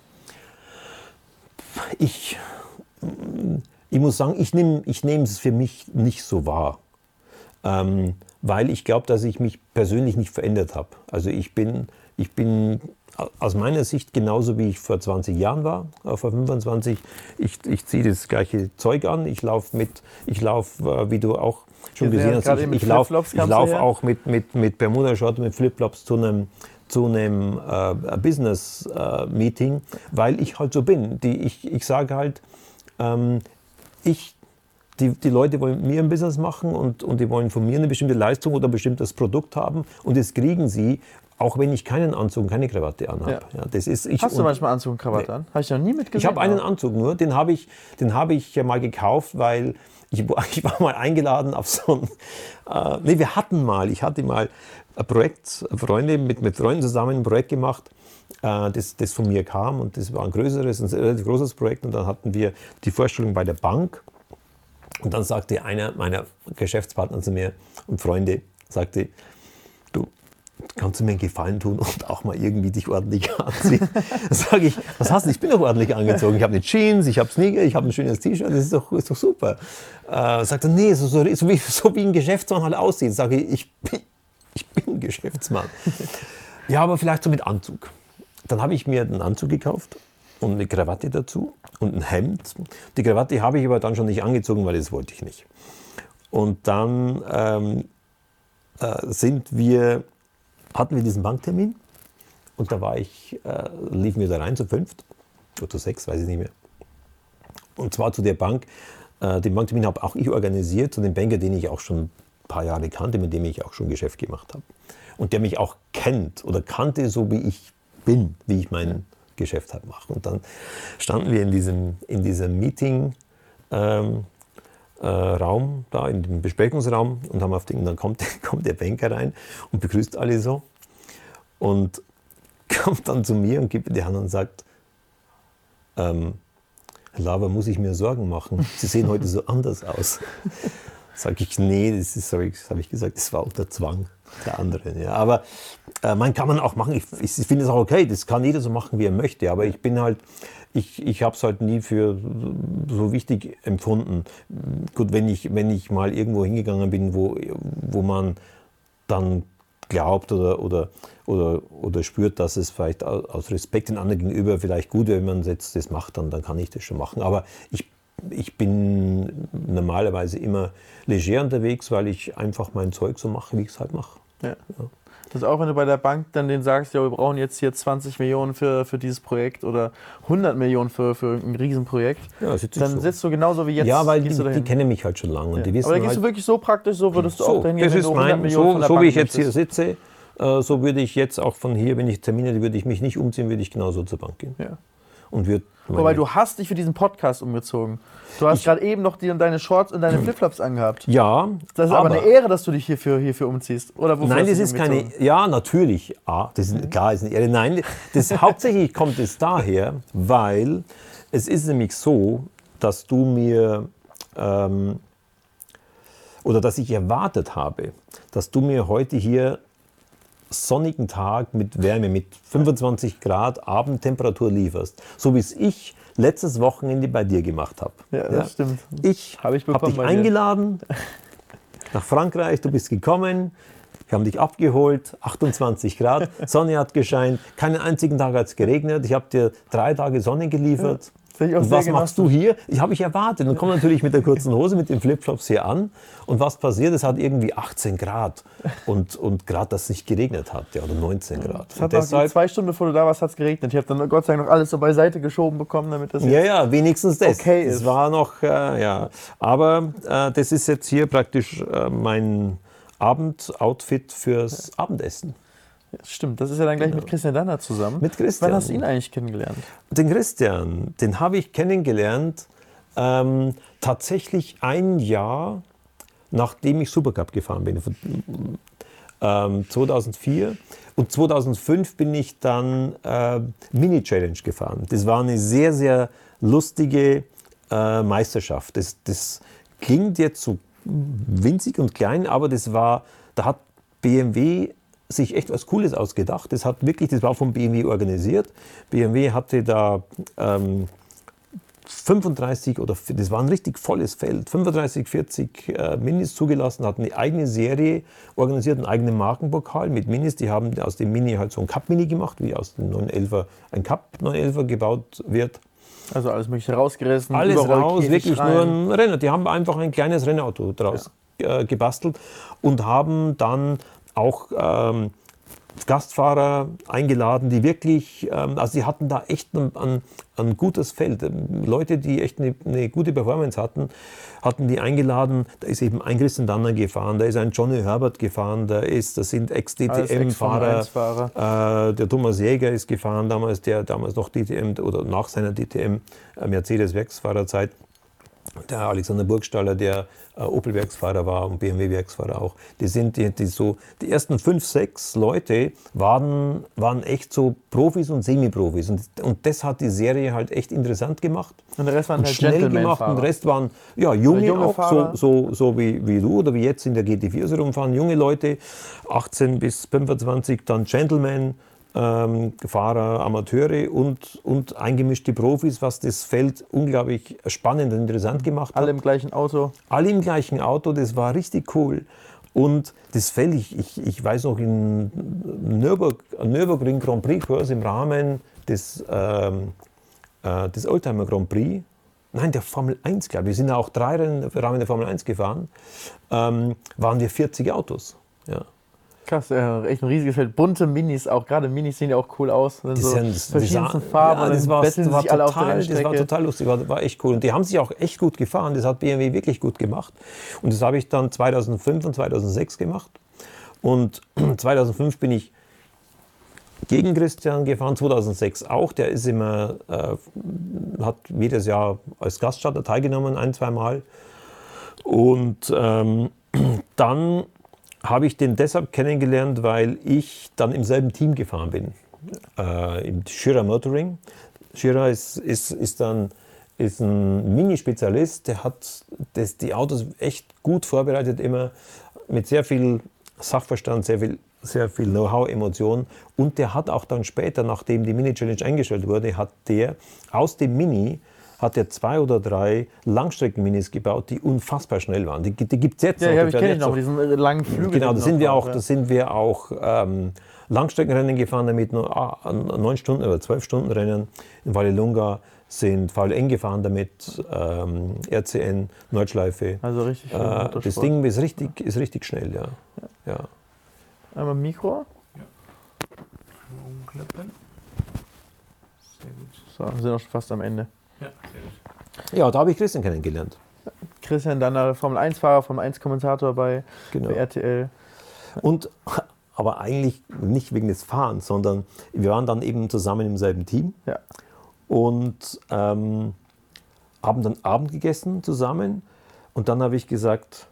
Ich, ich muss sagen, ich nehme ich nehm es für mich nicht so wahr. Ähm, weil ich glaube, dass ich mich persönlich nicht verändert habe. Also ich bin, ich bin aus meiner Sicht genauso, wie ich vor zwanzig Jahren war, vor fünfundzwanzig. Ich, ich ziehe das gleiche Zeug an, ich laufe mit, ich laufe, wie du auch schon gesehen hast, ich, ich laufe lauf auch mit, mit, mit Bermuda-Short, mit Flipflops zu einem zu einem äh, Business-Meeting, äh, weil ich halt so bin. Die, ich, ich sage halt, ähm, ich Die, die Leute wollen mit mir ein Business machen und, und die wollen von mir eine bestimmte Leistung oder ein bestimmtes Produkt haben und das kriegen sie auch wenn ich keinen Anzug und keine Krawatte anhabe.
Ja.
Ja, das ist, ich,
Hast du
und,
manchmal Anzug und Krawatte
Nee.
an? Habe ich noch nie mitgesehen.
Ich habe einen
aber-
Anzug nur, den habe ich, den habe ich ja mal gekauft, weil ich, ich war mal eingeladen auf so ein, äh, nee, wir hatten mal, ich hatte mal ein Projekt, Freunde, mit, mit Freunden zusammen ein Projekt gemacht, äh, das, das von mir kam und das war ein größeres, ein relativ großes Projekt und dann hatten wir die Vorstellung bei der Bank und dann sagte einer meiner Geschäftspartner zu mir und Freunde, sagte, du, kannst du mir einen Gefallen tun und auch mal irgendwie dich ordentlich anziehen? Dann sage ich, was hast du? Ich bin doch ordentlich angezogen. Ich habe eine Jeans, ich habe Sneaker, ich habe ein schönes T-Shirt, das ist doch, ist doch super. Äh, sagt er, nee, so, so, so, wie, so wie ein Geschäftsmann halt aussieht. Sage ich, ich bin, ich bin ein Geschäftsmann. Ja, aber vielleicht so mit Anzug. Dann habe ich mir einen Anzug gekauft und eine Krawatte dazu und ein Hemd. Die Krawatte habe ich aber dann schon nicht angezogen, weil das wollte ich nicht. Und dann ähm, äh, sind wir hatten wir diesen Banktermin und da war ich, äh, liefen wir da rein zu fünft oder zu sechs, weiß ich nicht mehr. Und zwar zu der Bank, äh, den Banktermin habe auch ich organisiert, zu dem Banker, den ich auch schon ein paar Jahre kannte, mit dem ich auch schon Geschäft gemacht habe. Und der mich auch kennt oder kannte, so wie ich bin, wie ich mein Geschäft halt mache. Und dann standen wir in diesem, in diesem Meeting, ähm, Äh, Raum, da in dem Besprechungsraum und haben auf den, dann kommt, kommt der Banker rein und begrüßt alle so und kommt dann zu mir und gibt mir die Hand und sagt, ähm, Herr Laber, muss ich mir Sorgen machen? Sie sehen heute so anders aus. Sag ich, nee, das ist, sorry, das habe ich gesagt, das war unter Zwang der anderen. Ja. Aber äh, man kann man auch machen, ich, ich finde es auch okay, das kann jeder so machen, wie er möchte, aber ich bin halt, ich, ich habe es halt nie für so wichtig empfunden. Gut, wenn ich, wenn ich mal irgendwo hingegangen bin, wo, wo man dann glaubt oder, oder, oder, oder spürt, dass es vielleicht aus Respekt den anderen gegenüber vielleicht gut wäre, wenn man jetzt das macht, dann, dann kann ich das schon machen. Aber ich Ich bin normalerweise immer leger unterwegs, weil ich einfach mein Zeug so mache, wie ich es halt mache.
Ja.
Ja.
Das ist auch, wenn du bei der Bank dann denen sagst, ja, wir brauchen jetzt hier zwanzig Millionen für, für dieses Projekt oder hundert Millionen für, für ein Riesenprojekt,
Ja, sitz ich
dann
so.
sitzt du genauso wie jetzt.
Ja, weil die,
gehst du
die
dahin.
kennen mich halt schon lange. Und
Ja.
die wissen
Aber da gehst
halt,
du wirklich so praktisch, so würdest du
so,
auch dahin gehen,
das
wenn
ist
du hundert
mein,
Millionen von
so,
der
so
Bank
wie ich jetzt hier
möchtest.
sitze, äh, so würde ich jetzt auch von hier, wenn ich Termine, würde ich mich nicht umziehen, würde ich genauso zur Bank gehen.
Ja.
Und würde
Wobei, du hast dich für diesen Podcast umgezogen. Du hast gerade eben noch die, deine Shorts und deine Flipflops angehabt.
Ja,
Das ist aber, eine Ehre, dass du dich hierfür, hierfür umziehst. Oder wofür
Nein,
hast
das
du
ist
dich
keine.
umgezogen?
Ja, natürlich. Ah, das ist klar, ist eine Ehre. Nein, das hauptsächlich kommt es daher, weil es ist nämlich so, dass du mir ähm, oder dass ich erwartet habe, dass du mir heute hier sonnigen Tag mit Wärme, mit fünfundzwanzig Grad Abendtemperatur lieferst, so wie es ich letztes Wochenende bei dir gemacht habe.
Ja, das stimmt.
Ich
Hab ich
habe
bekommen
dich
bei dir.
eingeladen nach Frankreich, du bist gekommen, wir haben dich abgeholt, achtundzwanzig Grad, Sonne hat gescheint, keinen einzigen Tag hat es geregnet, ich habe dir drei Tage Sonne geliefert.
Das hab ich auch
Und
sehr
was machst
genossen.
du hier? Ich habe ich erwartet und komme natürlich mit der kurzen Hose, mit den Flipflops hier an. Und was passiert? Es hat irgendwie achtzehn Grad und, und gerade, dass es nicht geregnet hat, ja, oder neunzehn Grad.
Es
Und
hat noch
deshalb,
zwei Stunden bevor du da warst, hat es geregnet. Ich habe dann Gott sei Dank noch alles so beiseite geschoben bekommen, damit das
ja,
jetzt
ja, wenigstens das.
okay
Es
ist.
war noch, äh, ja. Aber äh, das ist jetzt hier praktisch äh, mein Abendoutfit fürs Abendessen.
Ja, stimmt, das ist ja dann gleich mit Christian Danner zusammen.
Mit Christian.
Wann hast du ihn eigentlich kennengelernt?
Den Christian, den habe ich kennengelernt, ähm, tatsächlich ein Jahr, nachdem ich Supercup gefahren bin, ähm, zweitausendvier. Und zweitausendfünf bin ich dann äh, Mini-Challenge gefahren. Das war eine sehr, sehr lustige äh, Meisterschaft. Das, das klingt jetzt so winzig und klein, aber das war, da hat B M W sich echt was Cooles ausgedacht. Das hat wirklich, das war vom B M W organisiert. B M W hatte da ähm, fünfunddreißig oder das war ein richtig volles Feld, fünfunddreißig, vierzig äh, Minis zugelassen, hatten eine eigene Serie organisiert, einen eigenen Markenpokal mit Minis. Die haben aus dem Mini halt so ein Cup-Mini gemacht, wie aus dem neun elfer ein Cup neun elfer gebaut wird.
Also alles Mögliche rausgerissen,
Alles
überall
raus,
Käfig
wirklich
rein.
nur ein Renner. Die haben einfach ein kleines Rennauto draus äh, gebastelt und haben dann auch ähm, Gastfahrer eingeladen, die wirklich, ähm, also sie hatten da echt ein, ein, ein gutes Feld. Leute, die echt eine, eine gute Performance hatten, hatten die eingeladen. Da ist eben ein Christian Danner gefahren, da ist ein Johnny Herbert gefahren, da ist, das sind Ex-D T M-Fahrer. Äh, der Thomas Jäger ist gefahren, damals, der damals noch D T M oder nach seiner D T M äh, Mercedes-Werksfahrerzeit. Der Alexander Burgstaller, der äh, Opel-Werksfahrer war und B M W-Werksfahrer auch. Die sind die, die so, die ersten fünf, sechs Leute waren, waren echt so Profis und Semi-Profis. Und, und das hat die Serie halt echt interessant gemacht.
Und der Rest waren
und
halt
schnell gemacht. Und der Rest waren ja, junge, junge auch, Fahrer. so, so, so wie, wie du oder wie jetzt in der G T vier so rumfahren. Junge Leute, achtzehn bis fünfundzwanzig, dann Gentlemen. Ähm, Fahrer, Amateure und, und eingemischte Profis, was das Feld unglaublich spannend und interessant gemacht hat.
Alle im gleichen Auto?
Alle im gleichen Auto, das war richtig cool. Und das Feld, ich, ich, ich weiß noch, in Nürburg, Nürburgring Grand Prix Kurs im Rahmen des, ähm, äh, des Oldtimer Grand Prix, nein, der Formel eins, glaube ich, wir sind ja auch drei Rennen im Rahmen der Formel eins gefahren, ähm, waren wir vierzig Autos. Ja.
Krass, äh, echt ein riesiges Feld. Bunte Minis auch, gerade Minis sehen ja auch cool aus.
Die
so
sind,
verschiedensten
die
Farben,
ja, das war,
betteln
das war
sich alle
total,
auf der Rennstrecke.
Das war total lustig, war, war echt cool. Und die haben sich auch echt gut gefahren, das hat B M W wirklich gut gemacht. Und das habe ich dann zweitausendfünf und zweitausendsechs gemacht. Und zweitausendfünf bin ich gegen Christian gefahren, zweitausendsechs auch. Der ist immer, äh, hat jedes Jahr als Gaststarter teilgenommen, ein, zwei Mal. Und ähm, dann habe ich den deshalb kennengelernt, weil ich dann im selben Team gefahren bin, äh, im Schirra Motoring. Schirra ist, ist, ist, dann, ist ein Mini-Spezialist, der hat das, die Autos echt gut vorbereitet, immer mit sehr viel Sachverstand, sehr viel, sehr viel Know-how, Emotionen. Und der hat auch dann später, nachdem die Mini-Challenge eingestellt wurde, hat der aus dem Mini hat er zwei oder drei Langstrecken-Minis gebaut, die unfassbar schnell waren. Die, die gibt es jetzt
ja,
noch.
Ja, ich kenne noch, diesen langen Flügel.
Genau, da sind wir auch, da sind wir auch ähm, Langstreckenrennen gefahren, damit nur ah, neun Stunden oder zwölf Stunden Rennen in Vallelunga, sind V L N gefahren damit, ähm, R C N, Nordschleife.
Also richtig.
Äh, das Ding ist richtig, ist richtig schnell, ja. ja. ja.
Einmal Mikro.
Ja. Umklappen. Sehr gut.
So, wir sind auch schon fast am Ende.
Ja, sehr gut.
Ja, da habe ich Christian kennengelernt.
Christian Danner, Formel eins Fahrer, Formel eins Kommentator bei,
genau.
bei R T L.
Und, aber eigentlich nicht wegen des Fahrens, sondern wir waren dann eben zusammen im selben Team.
Ja.
Und ähm, haben dann Abend gegessen zusammen. Und dann habe ich gesagt,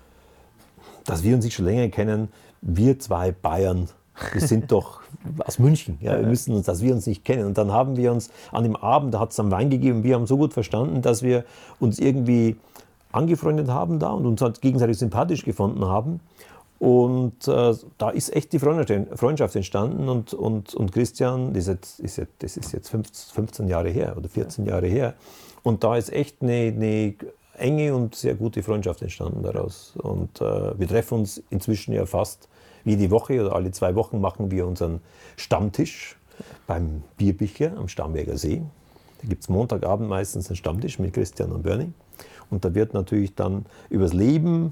dass wir uns nicht schon länger kennen, wir zwei Bayern, wir sind doch aus München, ja, wir müssen uns, dass wir uns nicht kennen. Und dann haben wir uns an dem Abend, da hat es dann Wein gegeben, wir haben so gut verstanden, dass wir uns irgendwie angefreundet haben da und uns halt gegenseitig sympathisch gefunden haben. Und äh, da ist echt die Freundschaft entstanden und, und, und Christian, das ist, jetzt, ist jetzt, das ist jetzt fünfzehn Jahre her oder vierzehn Jahre her. Und da ist echt eine, eine enge und sehr gute Freundschaft entstanden daraus. Und äh, wir treffen uns inzwischen ja fast jede Woche oder alle zwei Wochen machen wir unseren Stammtisch beim Bierbicher am Starnberger See. Da gibt es Montagabend meistens einen Stammtisch mit Christian und Bernie. Und da wird natürlich dann übers Leben,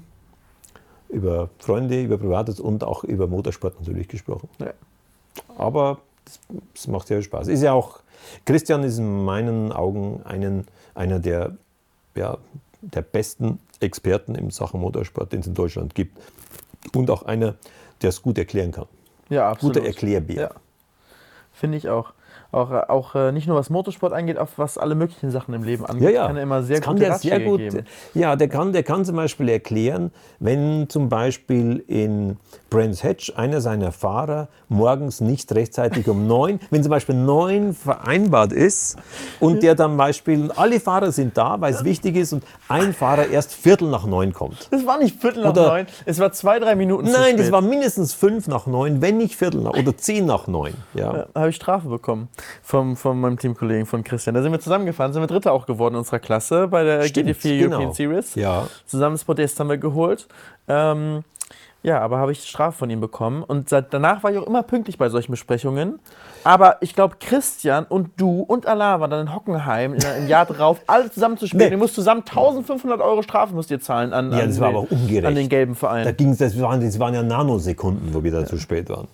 über Freunde, über Privates und auch über Motorsport natürlich gesprochen. Ja. Aber es macht sehr Spaß. Ist ja auch, Christian ist in meinen Augen einen, einer der, ja, der besten Experten in Sachen Motorsport, den es in Deutschland gibt. Und auch einer, der es gut erklären kann.
Ja, absolut.
Guter Erklärbär.
Ja. Finde ich auch. Auch, auch äh, nicht nur was Motorsport angeht, auch was alle möglichen Sachen im Leben angeht,
ja, ja.
kann er immer sehr
das
gute Ratschläge
sehr gut,
geben.
Ja, der kann, der kann zum Beispiel erklären, wenn zum Beispiel in Brands Hatch einer seiner Fahrer morgens nicht rechtzeitig um neun, wenn zum Beispiel neun vereinbart ist und der dann Beispiel, alle Fahrer sind da, weil es wichtig ist und ein Fahrer erst Viertel nach neun kommt.
Das war nicht Viertel nach
oder,
neun, es war zwei, drei Minuten zu
Nein,
spät.
das war mindestens fünf nach neun, wenn nicht Viertel nach oder zehn nach neun. Ja.
Ja, da habe ich Strafe bekommen vom, von meinem Teamkollegen, von Christian. Da sind wir zusammengefahren, sind wir Dritter auch geworden in unserer Klasse bei der
Stimmt,
G T vier
genau.
European Series.
Ja.
Zusammen das Podest haben wir geholt. Ähm, ja, aber habe ich Strafe von ihm bekommen. Und seit, danach war ich auch immer pünktlich bei solchen Besprechungen. Aber ich glaube, Christian und du und Alain waren dann in Hockenheim in, im Jahr drauf, alle zusammen zu spielen.
Nee.
Ihr müsst zusammen eintausendfünfhundert Euro Strafe müsst ihr zahlen an,
Ja,
an,
das war
den,
aber ungerecht.
an den gelben Verein.
Da ging's, das, waren, das waren ja Nanosekunden, wo wir da ja. zu spät waren.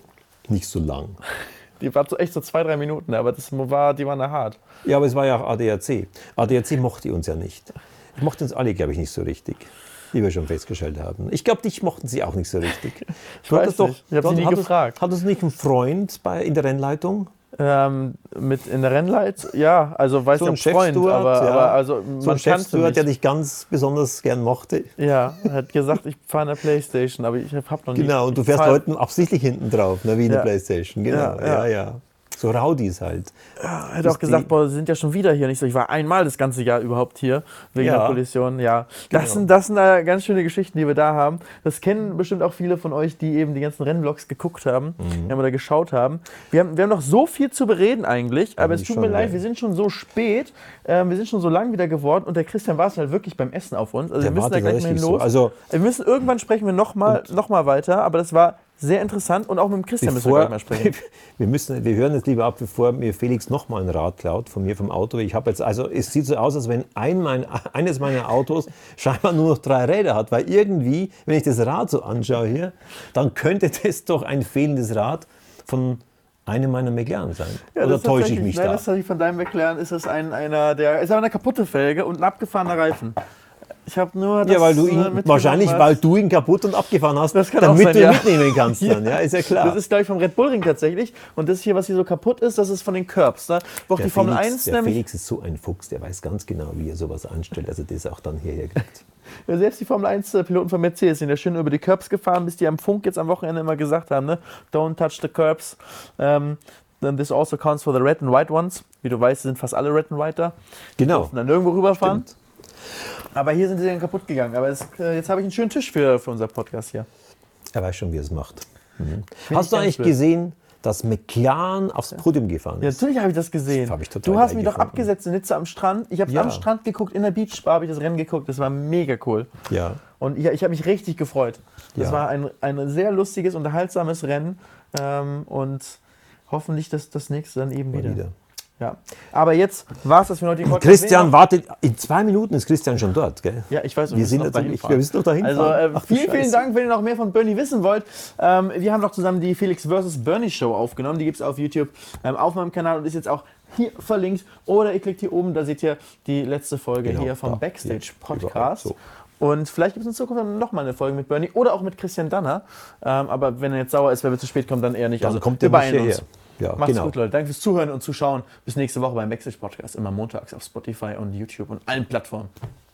nicht so lang.
Die war so echt so zwei, drei Minuten, aber das war, die waren hart.
Ja, aber es war ja auch A D A C. A D A C mochte uns ja nicht. Ich mochte uns alle, glaube ich, nicht so richtig. Wie wir schon festgestellt haben. Ich glaube, dich mochten sie auch nicht so richtig.
Ich weiß
doch,
nicht. Ich habe sie nie
hattest,
gefragt.
Hattest du nicht einen Freund bei, in der Rennleitung?
Ähm, mit in der Rennleit, ja, also weiß
So
ich
ein
ob Freund,
Chefsteward,
aber,
ja.
aber also
So ein
man kannte
Chefsteward,
mich.
der dich ganz besonders gern mochte.
Ja, er hat gesagt, ich fahre eine Playstation, aber ich habe noch nicht.
Genau, und du fährst
fahr-
Leuten absichtlich hinten drauf, ne, wie eine
Ja.
Playstation. Genau,
Ja,
ja,
ja.
ja. So Rowdies halt.
Er hat
Das
auch gesagt,
die-
boah, sie sind ja schon wieder hier. Nicht so, ich war einmal das ganze Jahr überhaupt hier, wegen
Ja.
der Kollision. Ja, das,
Genau.
sind, das sind da ganz schöne Geschichten, die wir da haben. Das kennen bestimmt auch viele von euch, die eben die ganzen Rennvlogs geguckt haben
Mhm.
ja, oder geschaut haben. Wir, haben. wir haben noch so viel zu bereden eigentlich, aber es
Eigentlich
tut
schon,
mir leid,
ja.
wir sind schon so spät, ähm, wir sind schon so lang wieder geworden und der Christian war es halt wirklich beim Essen auf uns. Also
Der
wir müssen da
wartet
gleich mal hin
tatsächlich
los.
so. Also-
wir müssen, irgendwann sprechen wir nochmal noch mal weiter, aber das war sehr interessant und auch mit dem Christian müssen wir gleich mal sprechen.
wir, müssen, wir hören jetzt lieber ab, bevor mir Felix nochmal ein Rad klaut von mir vom Auto. Ich habe jetzt, also es sieht so aus, als wenn ein mein, eines meiner Autos scheinbar nur noch drei Räder hat, weil irgendwie, wenn ich das Rad so anschaue hier, dann könnte das doch ein fehlendes Rad von einem meiner McLaren sein.
Ja,
Oder
das ist
täusche ich
tatsächlich-
mich
nein,
da?
das ist tatsächlich von deinem McLaren, ist es ein, einer, der ist aber eine kaputte Felge und ein abgefahrener Reifen. Ich habe nur das
Ja, weil du
äh,
ihn,
mitgenommen
wahrscheinlich,
hast.
weil du ihn kaputt und abgefahren hast,
Das kann auch
damit
sein,
du ihn
ja.
mitnehmen kannst dann, ja, ist ja klar.
Das ist, glaube ich, vom Red Bull Ring tatsächlich. Und das hier, was hier so kaputt ist, das ist von den Curbs. Ne? Wo auch
der
die Formel
Felix,
eins
der
nämlich.
Felix ist so ein Fuchs, der weiß ganz genau, wie er sowas anstellt, also das auch dann hierher kriegt.
Ja, selbst die Formel eins Piloten von Mercedes sind ja schön über die Curbs gefahren, bis die am Funk jetzt am Wochenende immer gesagt haben, ne? Don't touch the curbs. Ähm, then this also counts for the red and white ones. Wie du weißt, sind fast alle red and white da.
Genau.
Und dann nirgendwo rüberfahren.
Stimmt.
Aber hier sind sie dann kaputt gegangen. Aber es, äh, jetzt habe ich einen schönen Tisch für, für unser Podcast hier.
Er weiß schon, wie er es macht. Mhm.
Find
Hast
ich
du
ganz
eigentlich
blöd.
gesehen, dass McLaren aufs Podium gefahren
Ja,
ist?
natürlich habe ich das gesehen.
Das hab ich total
du hast
geil
mich doch
gefunden.
abgesetzt in Nizza am Strand. Ich habe
Ja.
am Strand geguckt, in der Beachbar habe ich das Rennen geguckt. Das war mega cool.
Ja.
Und ich, ich habe mich richtig gefreut. Das
Ja.
war ein, ein sehr lustiges, unterhaltsames Rennen. Ähm, und hoffentlich das, das nächste dann eben
Mal
wieder.
wieder.
Ja. Aber jetzt war es das für heute. Die Podcast.
Christian wartet, in zwei Minuten ist Christian schon dort, gell?
Ja, ich weiß, und
Wir
müssen
sind
noch dahin
natürlich,
fahren.
wir müssen noch dahin
Also
fahren.
äh,
Ach, du
vielen, vielen
Scheiße.
Dank, wenn ihr noch mehr von Bernie wissen wollt. Ähm, wir haben noch zusammen die Felix versus. Bernie Show aufgenommen. Die gibt es auf YouTube ähm, auf meinem Kanal und ist jetzt auch hier verlinkt. Oder ihr klickt hier oben, da seht ihr die letzte Folge
Genau,
hier vom
da,
Backstage
hier,
Podcast.
überall,
Und vielleicht gibt es in Zukunft dann noch mal eine Folge mit Bernie oder auch mit Christian Danner. Ähm, aber wenn er jetzt sauer ist, weil wir zu spät kommen, dann eher nicht.
Dann
also
kommt
wir
er nicht
beeilen
hierher.
uns.
Ja,
Macht's
genau.
gut, Leute. Danke fürs Zuhören und Zuschauen. Bis nächste Woche beim Backstage Podcast. Immer montags auf Spotify und YouTube und allen Plattformen.